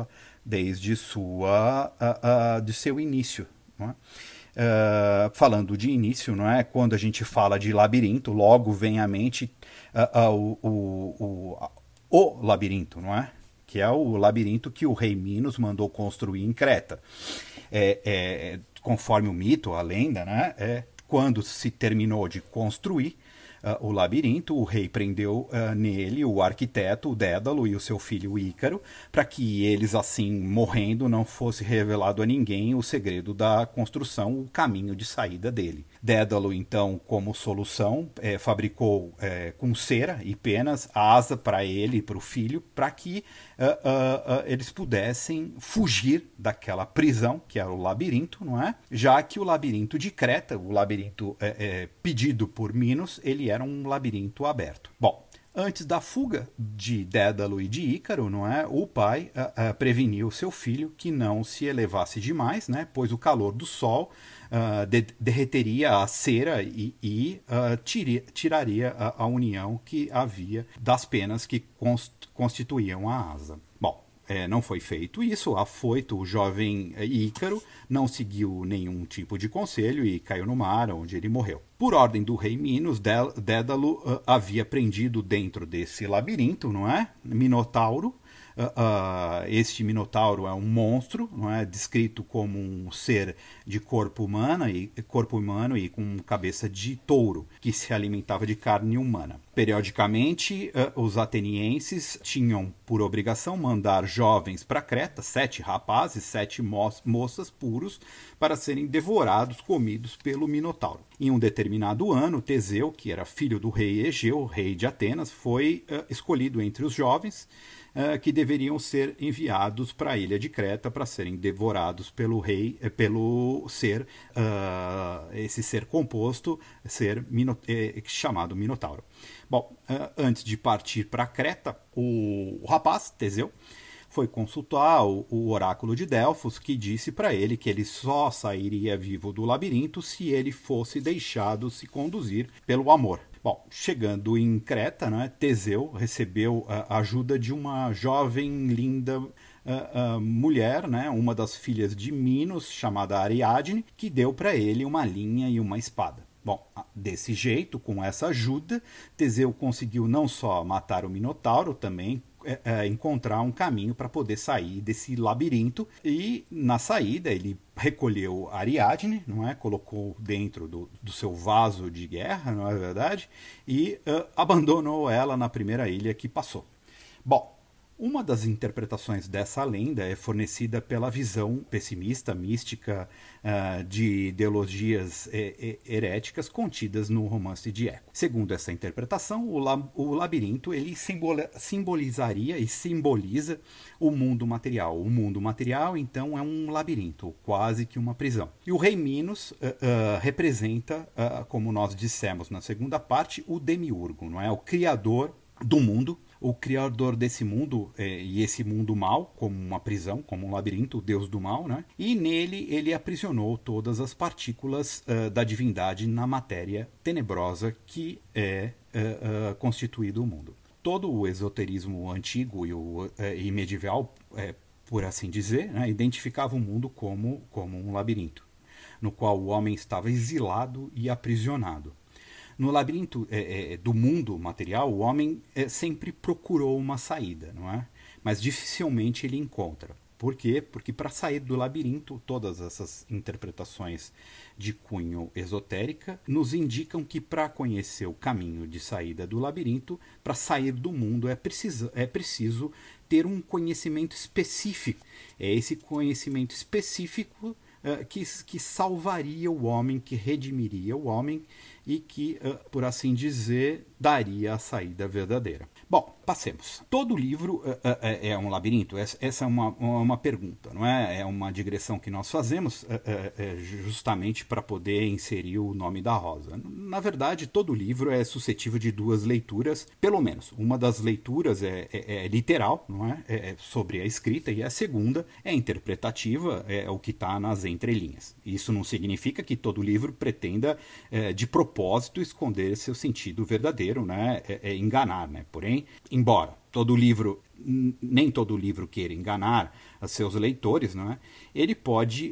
seu início, não é? Falando de início, não é? Quando a gente fala de labirinto, logo vem à mente o labirinto, não é? Que é o labirinto que o rei Minos mandou construir em Creta. Conforme o mito, a lenda, né? Quando se terminou de construir o labirinto, o rei prendeu nele o arquiteto, o Dédalo, e o seu filho Ícaro, para que eles, assim, morrendo, não fosse revelado a ninguém o segredo da construção, o caminho de saída dele. Dédalo, então, como solução, fabricou com cera e penas a asa para ele e para o filho, para que eles pudessem fugir daquela prisão, que era o labirinto, não é? Já que o labirinto de Creta, o labirinto pedido por Minos, ele era um labirinto aberto. Bom, antes da fuga de Dédalo e de Ícaro, não é? O pai preveniu seu filho que não se elevasse demais, né? Pois o calor do sol derreteria a cera e tiraria a união que havia das penas que constituíam a asa. Bom, não foi feito isso. Afoito, o jovem Ícaro não seguiu nenhum tipo de conselho e caiu no mar, onde ele morreu. Por ordem do rei Minos, Dédalo havia prendido dentro desse labirinto, não é? Minotauro. Este Minotauro é um monstro, não é? Descrito como um ser de corpo humano e com cabeça de touro, que se alimentava de carne humana. Periodicamente, os atenienses tinham por obrigação mandar jovens para Creta, 7 rapazes, 7 moças puros, para serem devorados, comidos pelo Minotauro. Em um determinado ano, Teseu, que era filho do rei Egeu, rei de Atenas, foi escolhido entre os jovens que deveriam ser enviados para a ilha de Creta para serem devorados pelo rei, esse ser composto, chamado Minotauro. Bom, antes de partir para Creta, o rapaz, Teseu,
foi consultar o oráculo de Delfos, que disse para ele que ele só sairia vivo do labirinto se ele fosse deixado se conduzir pelo amor. Bom, chegando em Creta, né, Teseu recebeu a ajuda de uma jovem, linda mulher, né, uma das filhas de Minos, chamada Ariadne, que deu para ele uma linha e uma espada. Bom, desse jeito, com essa ajuda, Teseu conseguiu não só matar o Minotauro, também encontrar um caminho para poder sair desse labirinto, e na saída ele recolheu Ariadne, não é? Colocou dentro do seu vaso de guerra, não é verdade? E abandonou ela na primeira ilha que passou. Bom, uma das interpretações dessa lenda é fornecida pela visão pessimista, mística, de ideologias heréticas contidas no romance de Eco. Segundo essa interpretação, o labirinto ele simbolizaria e simboliza o mundo material. O mundo material, então, é um labirinto, quase que uma prisão. E o rei Minos representa, como nós dissemos na segunda parte, o demiurgo, não é? O criador do mundo, o criador desse mundo, e esse mundo mal, como uma prisão, como um labirinto, o deus do mal, né? E nele ele aprisionou todas as partículas da divindade na matéria tenebrosa que é constituído o mundo. Todo o esoterismo antigo e medieval, por assim dizer, né, identificava o mundo como um labirinto, no qual o homem estava exilado e aprisionado. No labirinto do mundo material, o homem sempre procurou uma saída, não é? Mas dificilmente ele encontra. Por quê? Porque para sair do labirinto, todas essas interpretações de cunho esotérica nos indicam que para conhecer o caminho de saída do labirinto, para sair do mundo, é preciso ter um conhecimento específico. É esse conhecimento específico que salvaria o homem, que redimiria o homem e que, por assim dizer, daria a saída verdadeira. Bom, passemos. Todo livro é um labirinto? Essa é uma pergunta, não é? É uma digressão que nós fazemos justamente para poder inserir o nome da Rosa. Na verdade, todo livro é suscetível de duas leituras, pelo menos. Uma das leituras é literal, não é? É sobre a escrita, e a segunda é interpretativa, é o que está nas entrelinhas. Isso não significa que todo livro pretenda, de propósito, esconder seu sentido verdadeiro, né? Enganar, né? Porém, embora nem todo livro queira enganar a seus leitores, não é? Ele pode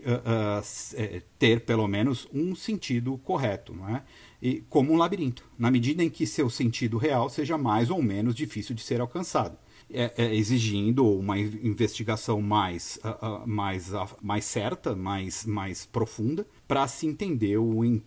ter pelo menos um sentido correto, não é? E, como um labirinto, na medida em que seu sentido real seja mais ou menos difícil de ser alcançado, exigindo uma investigação mais certa, mais profunda, para se entender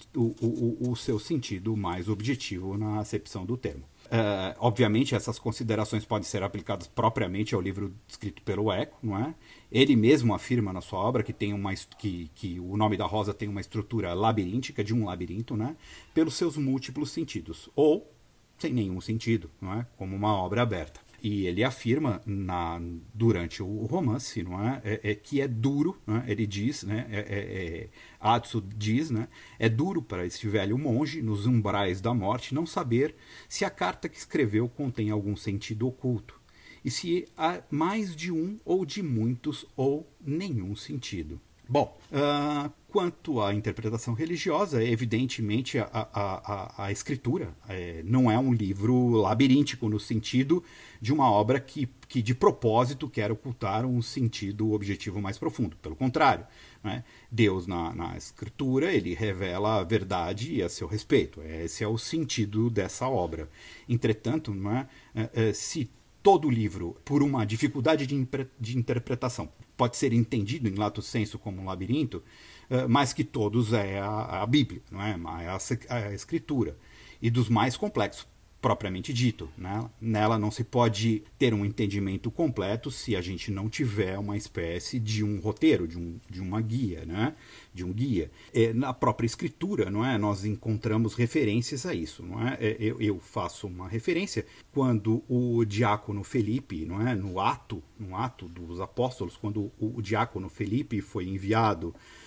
o seu sentido mais objetivo na acepção do termo. Obviamente, essas considerações podem ser aplicadas propriamente ao livro escrito pelo Eco, não é? Ele mesmo afirma na sua obra que o nome da Rosa tem uma estrutura labiríntica, de um labirinto, né? Pelos seus múltiplos sentidos, ou sem nenhum sentido, não é? Como uma obra aberta. E ele afirma durante o romance, não é? Que é duro, né? Ele diz, né? Atsu diz, né? É duro para este velho monge, nos umbrais da morte, não saber se a carta que escreveu contém algum sentido oculto, e se há mais de um ou de muitos ou nenhum sentido. Bom, quanto à interpretação religiosa, evidentemente a escritura não é um livro labiríntico no sentido de uma obra que de propósito quer ocultar um sentido objetivo mais profundo. Pelo contrário, né? Deus na escritura ele revela a verdade a seu respeito. Esse é o sentido dessa obra. Entretanto, não é? Se todo livro, por uma dificuldade de interpretação, pode ser entendido em lato sensu como um labirinto, mas que todos é a Bíblia, não é? A Escritura. E dos mais complexos, propriamente dito, né? Nela não se pode ter um entendimento completo se a gente não tiver uma espécie de um roteiro, de uma guia, né? De um guia. Na própria escritura, não é? Nós encontramos referências a isso, não é? Eu faço uma referência quando o diácono Felipe, não é? No ato dos apóstolos, quando o diácono Felipe foi enviado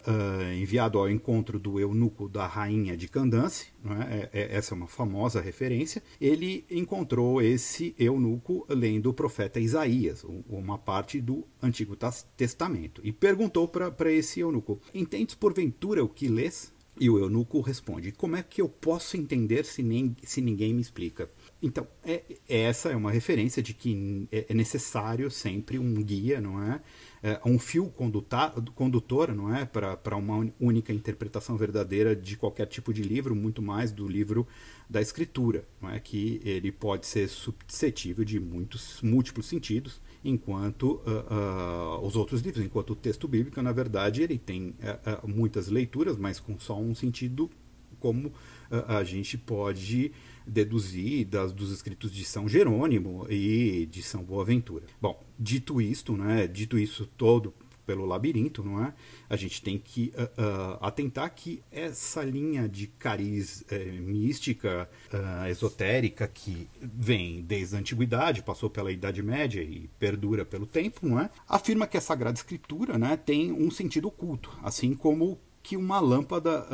enviado ao encontro do eunuco da rainha de Candance, não é? Essa é uma famosa referência. Ele encontrou esse eunuco lendo o profeta Isaías, uma parte do Antigo Testamento, e perguntou para esse eunuco: entendes porventura o que lês? E o eunuco responde: como é que eu posso entender se ninguém me explica? Então, essa é uma referência de que é necessário sempre um guia, não é? Um fio condutor, não é? Para uma única interpretação verdadeira de qualquer tipo de livro, muito mais do livro da escritura, não é? Que ele pode ser suscetível de múltiplos sentidos, enquanto os outros livros, enquanto o texto bíblico, na verdade, ele tem muitas leituras, mas com só um sentido, como a gente pode deduzir dos escritos de São Jerônimo e de São Boaventura. Bom, dito isto, né, dito isso todo pelo labirinto, não é? A gente tem que atentar que essa linha de cariz mística, esotérica, que vem desde a antiguidade, passou pela Idade Média e perdura pelo tempo, não é? Afirma que a Sagrada Escritura, né, tem um sentido oculto, assim como que uma lâmpada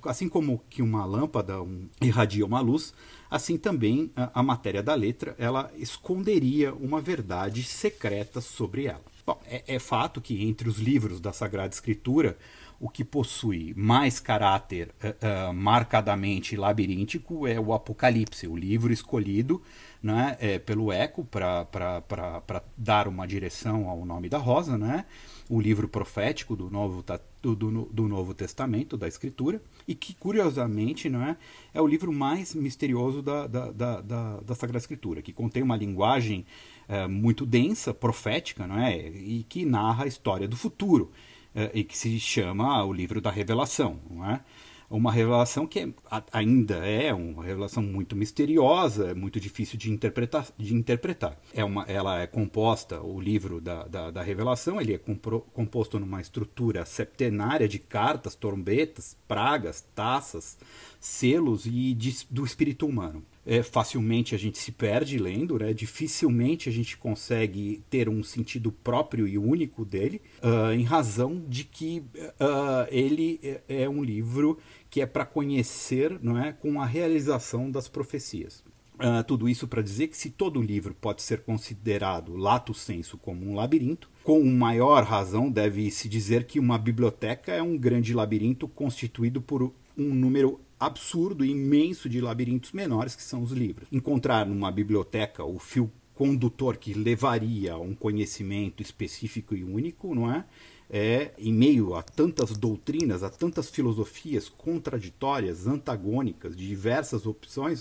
irradia uma luz, assim também a matéria da letra, ela esconderia uma verdade secreta sobre ela. Bom, é fato que entre os livros da Sagrada Escritura, o que possui mais caráter marcadamente labiríntico é o Apocalipse, o livro escolhido, né, pelo Eco para dar uma direção ao nome da Rosa, né, o livro profético do Novo Testamento, da Escritura, e que, curiosamente, não é o livro mais misterioso da Sagrada Escritura, que contém uma linguagem muito densa, profética, não é, e que narra a história do futuro, e que se chama o livro da Revelação, não é? Uma revelação que ainda é uma revelação muito misteriosa, muito difícil de interpretar. Ela é composta, o livro da Revelação, ele é composto numa estrutura septenária de cartas, trombetas, pragas, taças, selos e do espírito humano. Facilmente a gente se perde lendo, né? Dificilmente a gente consegue ter um sentido próprio e único dele, em razão de que ele é um livro que é para conhecer, não é, com a realização das profecias. Tudo isso para dizer que se todo livro pode ser considerado lato sensu como um labirinto, com maior razão deve-se dizer que uma biblioteca é um grande labirinto constituído por um número absurdo e imenso de labirintos menores, que são os livros. Encontrar numa biblioteca o fio condutor que levaria a um conhecimento específico e único, não é? Em meio a tantas doutrinas, a tantas filosofias contraditórias, antagônicas, de diversas opções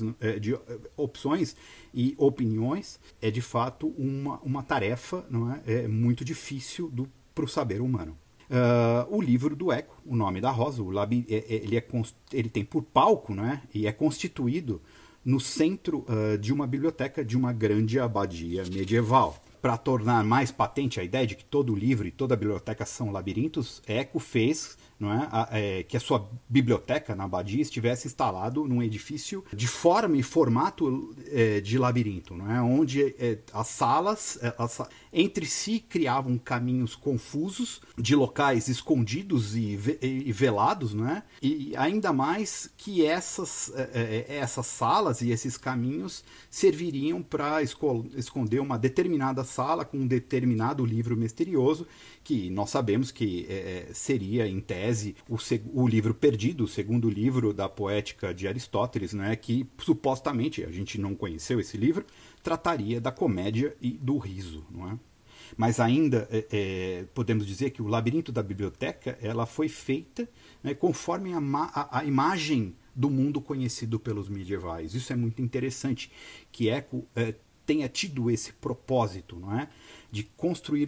e opiniões, é de fato uma tarefa, não é? Muito difícil para o saber humano. O livro do Eco, o nome da Rosa, ele tem por palco, né, e é constituído no centro de uma biblioteca de uma grande abadia medieval. Para tornar mais patente a ideia de que todo livro e toda biblioteca são labirintos, Eco fez, não é, que a sua biblioteca na abadia estivesse instalado num edifício de forma e formato de labirinto, não é, onde as salas entre si criavam caminhos confusos de locais escondidos e velados, não é? E ainda mais que essas salas e esses caminhos serviriam para esconder uma determinada sala com um determinado livro misterioso, que nós sabemos que seria, em tese, o livro perdido, o segundo livro da Poética de Aristóteles, né, que supostamente, a gente não conheceu esse livro, trataria da comédia e do riso, não é? Mas ainda podemos dizer que o labirinto da biblioteca ela foi feita, né, conforme a imagem do mundo conhecido pelos medievais. Isso é muito interessante, que Eco tenha tido esse propósito, não é? De construir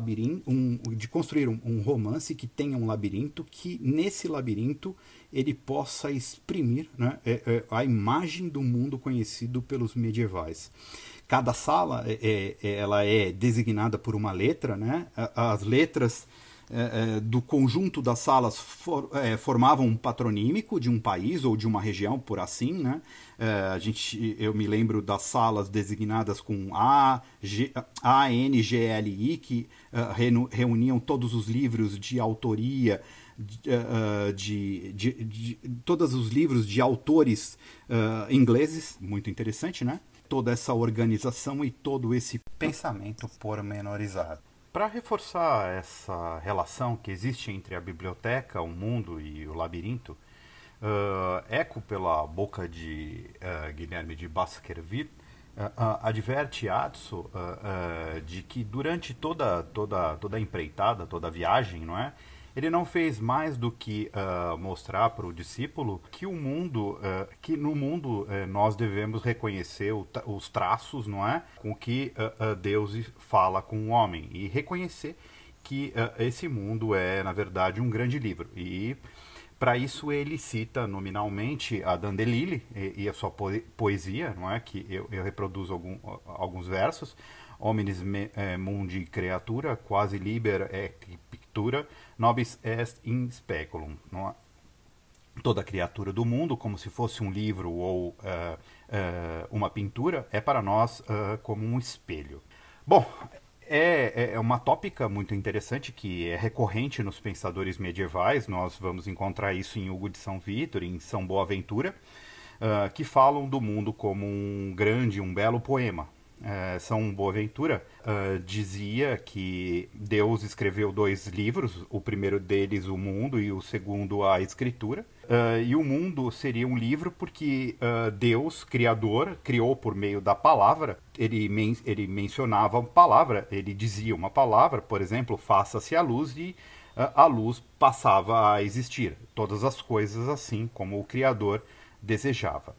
um romance que tenha um labirinto, que nesse labirinto ele possa exprimir, né, a imagem do mundo conhecido pelos medievais. Cada sala ela é designada por uma letra, né? As letras do conjunto das salas formavam um patronímico de um país ou de uma região, por assim, né? Eu me lembro das salas designadas com A, N, G, L, I, que reuniam todos os livros de autoria
de todos os livros de autores ingleses, muito interessante, né? Toda essa organização e todo esse pensamento pormenorizado. Para reforçar essa relação que existe entre a biblioteca, o mundo e o labirinto, eco pela boca de Guilherme de Baskerville, adverte Atso de que durante toda a empreitada, toda a viagem, não é? Ele não fez mais do que mostrar para o discípulo que que no mundo nós devemos reconhecer os traços, não é? Com que Deus fala com o homem e reconhecer que esse mundo é, na verdade, um grande livro. E para isso ele cita nominalmente a Dandelili e a sua poesia, não é? Que eu reproduzo alguns versos. Hominis mundi creatura, quasi liber ec pictura, nobis est in speculum. Não é? Toda criatura do mundo, como se fosse um livro ou uma pintura, é para nós como um espelho. Bom, é uma tópica muito interessante que é recorrente nos pensadores medievais. Nós vamos encontrar isso em Hugo de São Vítor, em São Boaventura, que falam do mundo como um belo poema. São Boaventura dizia que Deus escreveu 2 livros, o primeiro deles o mundo e o segundo a escritura, e o mundo seria um livro porque Deus, Criador, criou por meio da palavra. Ele mencionava a palavra, ele dizia uma palavra, por exemplo, faça-se a luz, e a luz passava a existir, todas as coisas assim como o Criador desejava.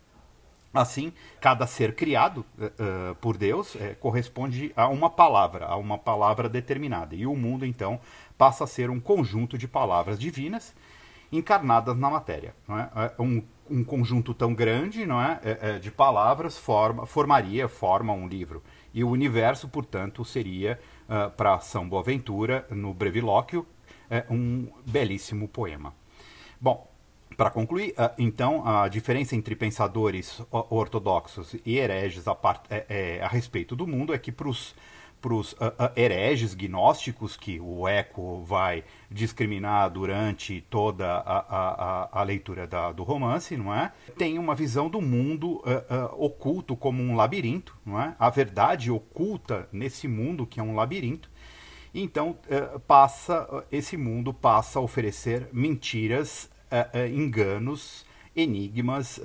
Assim, cada ser criado por Deus corresponde a uma palavra determinada. E o mundo, então, passa a ser um conjunto de palavras divinas encarnadas na matéria. Não é? Um conjunto tão grande, não é, de palavras forma um livro. E o universo, portanto, seria, para São Boaventura, no Brevilóquio, um belíssimo poema. Bom, para concluir, então, a diferença entre pensadores ortodoxos e hereges a respeito do mundo é que para os hereges gnósticos, que o Eco vai discriminar durante toda a leitura do romance, não é? Tem uma visão do mundo oculto como um labirinto, não é? A verdade oculta nesse mundo que é um labirinto. Então, esse mundo passa a oferecer mentiras, enganos, enigmas,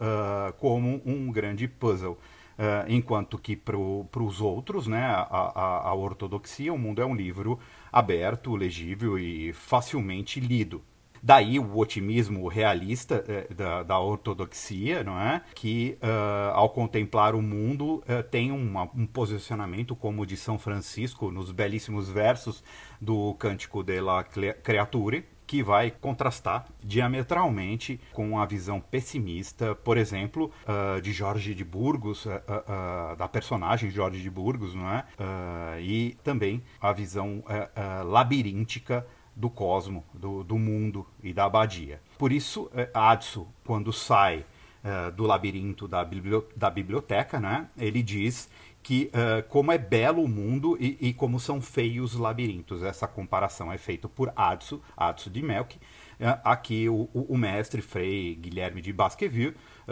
como um grande puzzle. Enquanto que para os outros, né, a ortodoxia, o mundo é um livro aberto, legível e facilmente lido. Daí o otimismo realista da ortodoxia, não é? Que, ao contemplar o mundo, tem um posicionamento como o de São Francisco, nos belíssimos versos do Cântico della Creature, que vai contrastar diametralmente com a visão pessimista, por exemplo, de Jorge de Burgos, da personagem Jorge de Burgos, não é? E também a visão labiríntica do cosmo, do mundo e da abadia. Por isso, Atso, quando sai do labirinto da biblioteca, né, ele diz que como é belo o mundo e como são feios os labirintos. Essa comparação é feita por Atso de Melk. Aqui o mestre Frei Guilherme de Baskerville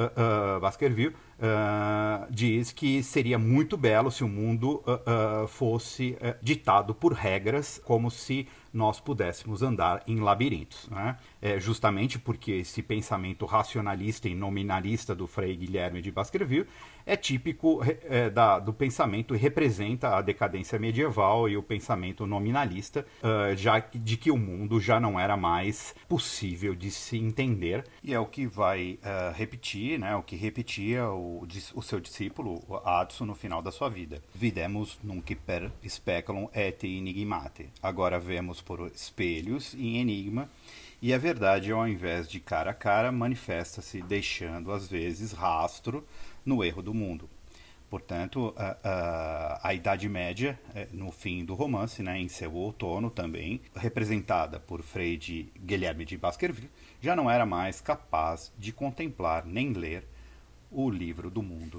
diz que seria muito belo se o mundo fosse ditado por regras, como se nós pudéssemos andar em labirintos, né? Justamente porque esse pensamento racionalista e nominalista do Frei Guilherme de Baskerville é típico do pensamento e representa a decadência medieval e o pensamento nominalista, já de que o mundo já não era mais possível de se entender, e é o que vai repetir, né, o que repetia o seu discípulo Atso no final da sua vida. Videmus nunc per speculum et enigmate. Agora vemos por espelhos em enigma, e a verdade, ao invés de cara a cara, manifesta-se deixando às vezes rastro no erro do mundo. Portanto, a Idade Média, no fim do romance, né, em seu outono também, representada por Frei Guilherme de Baskerville, já não era mais capaz de contemplar nem ler o livro do mundo.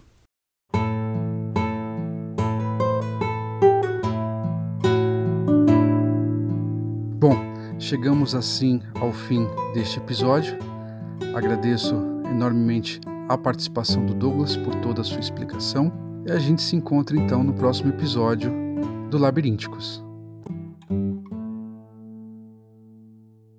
Bom, Chegamos assim ao fim deste episódio. Agradeço enormemente a participação do Douglas por toda a sua explicação e a gente se encontra então no próximo episódio do Labirínticos.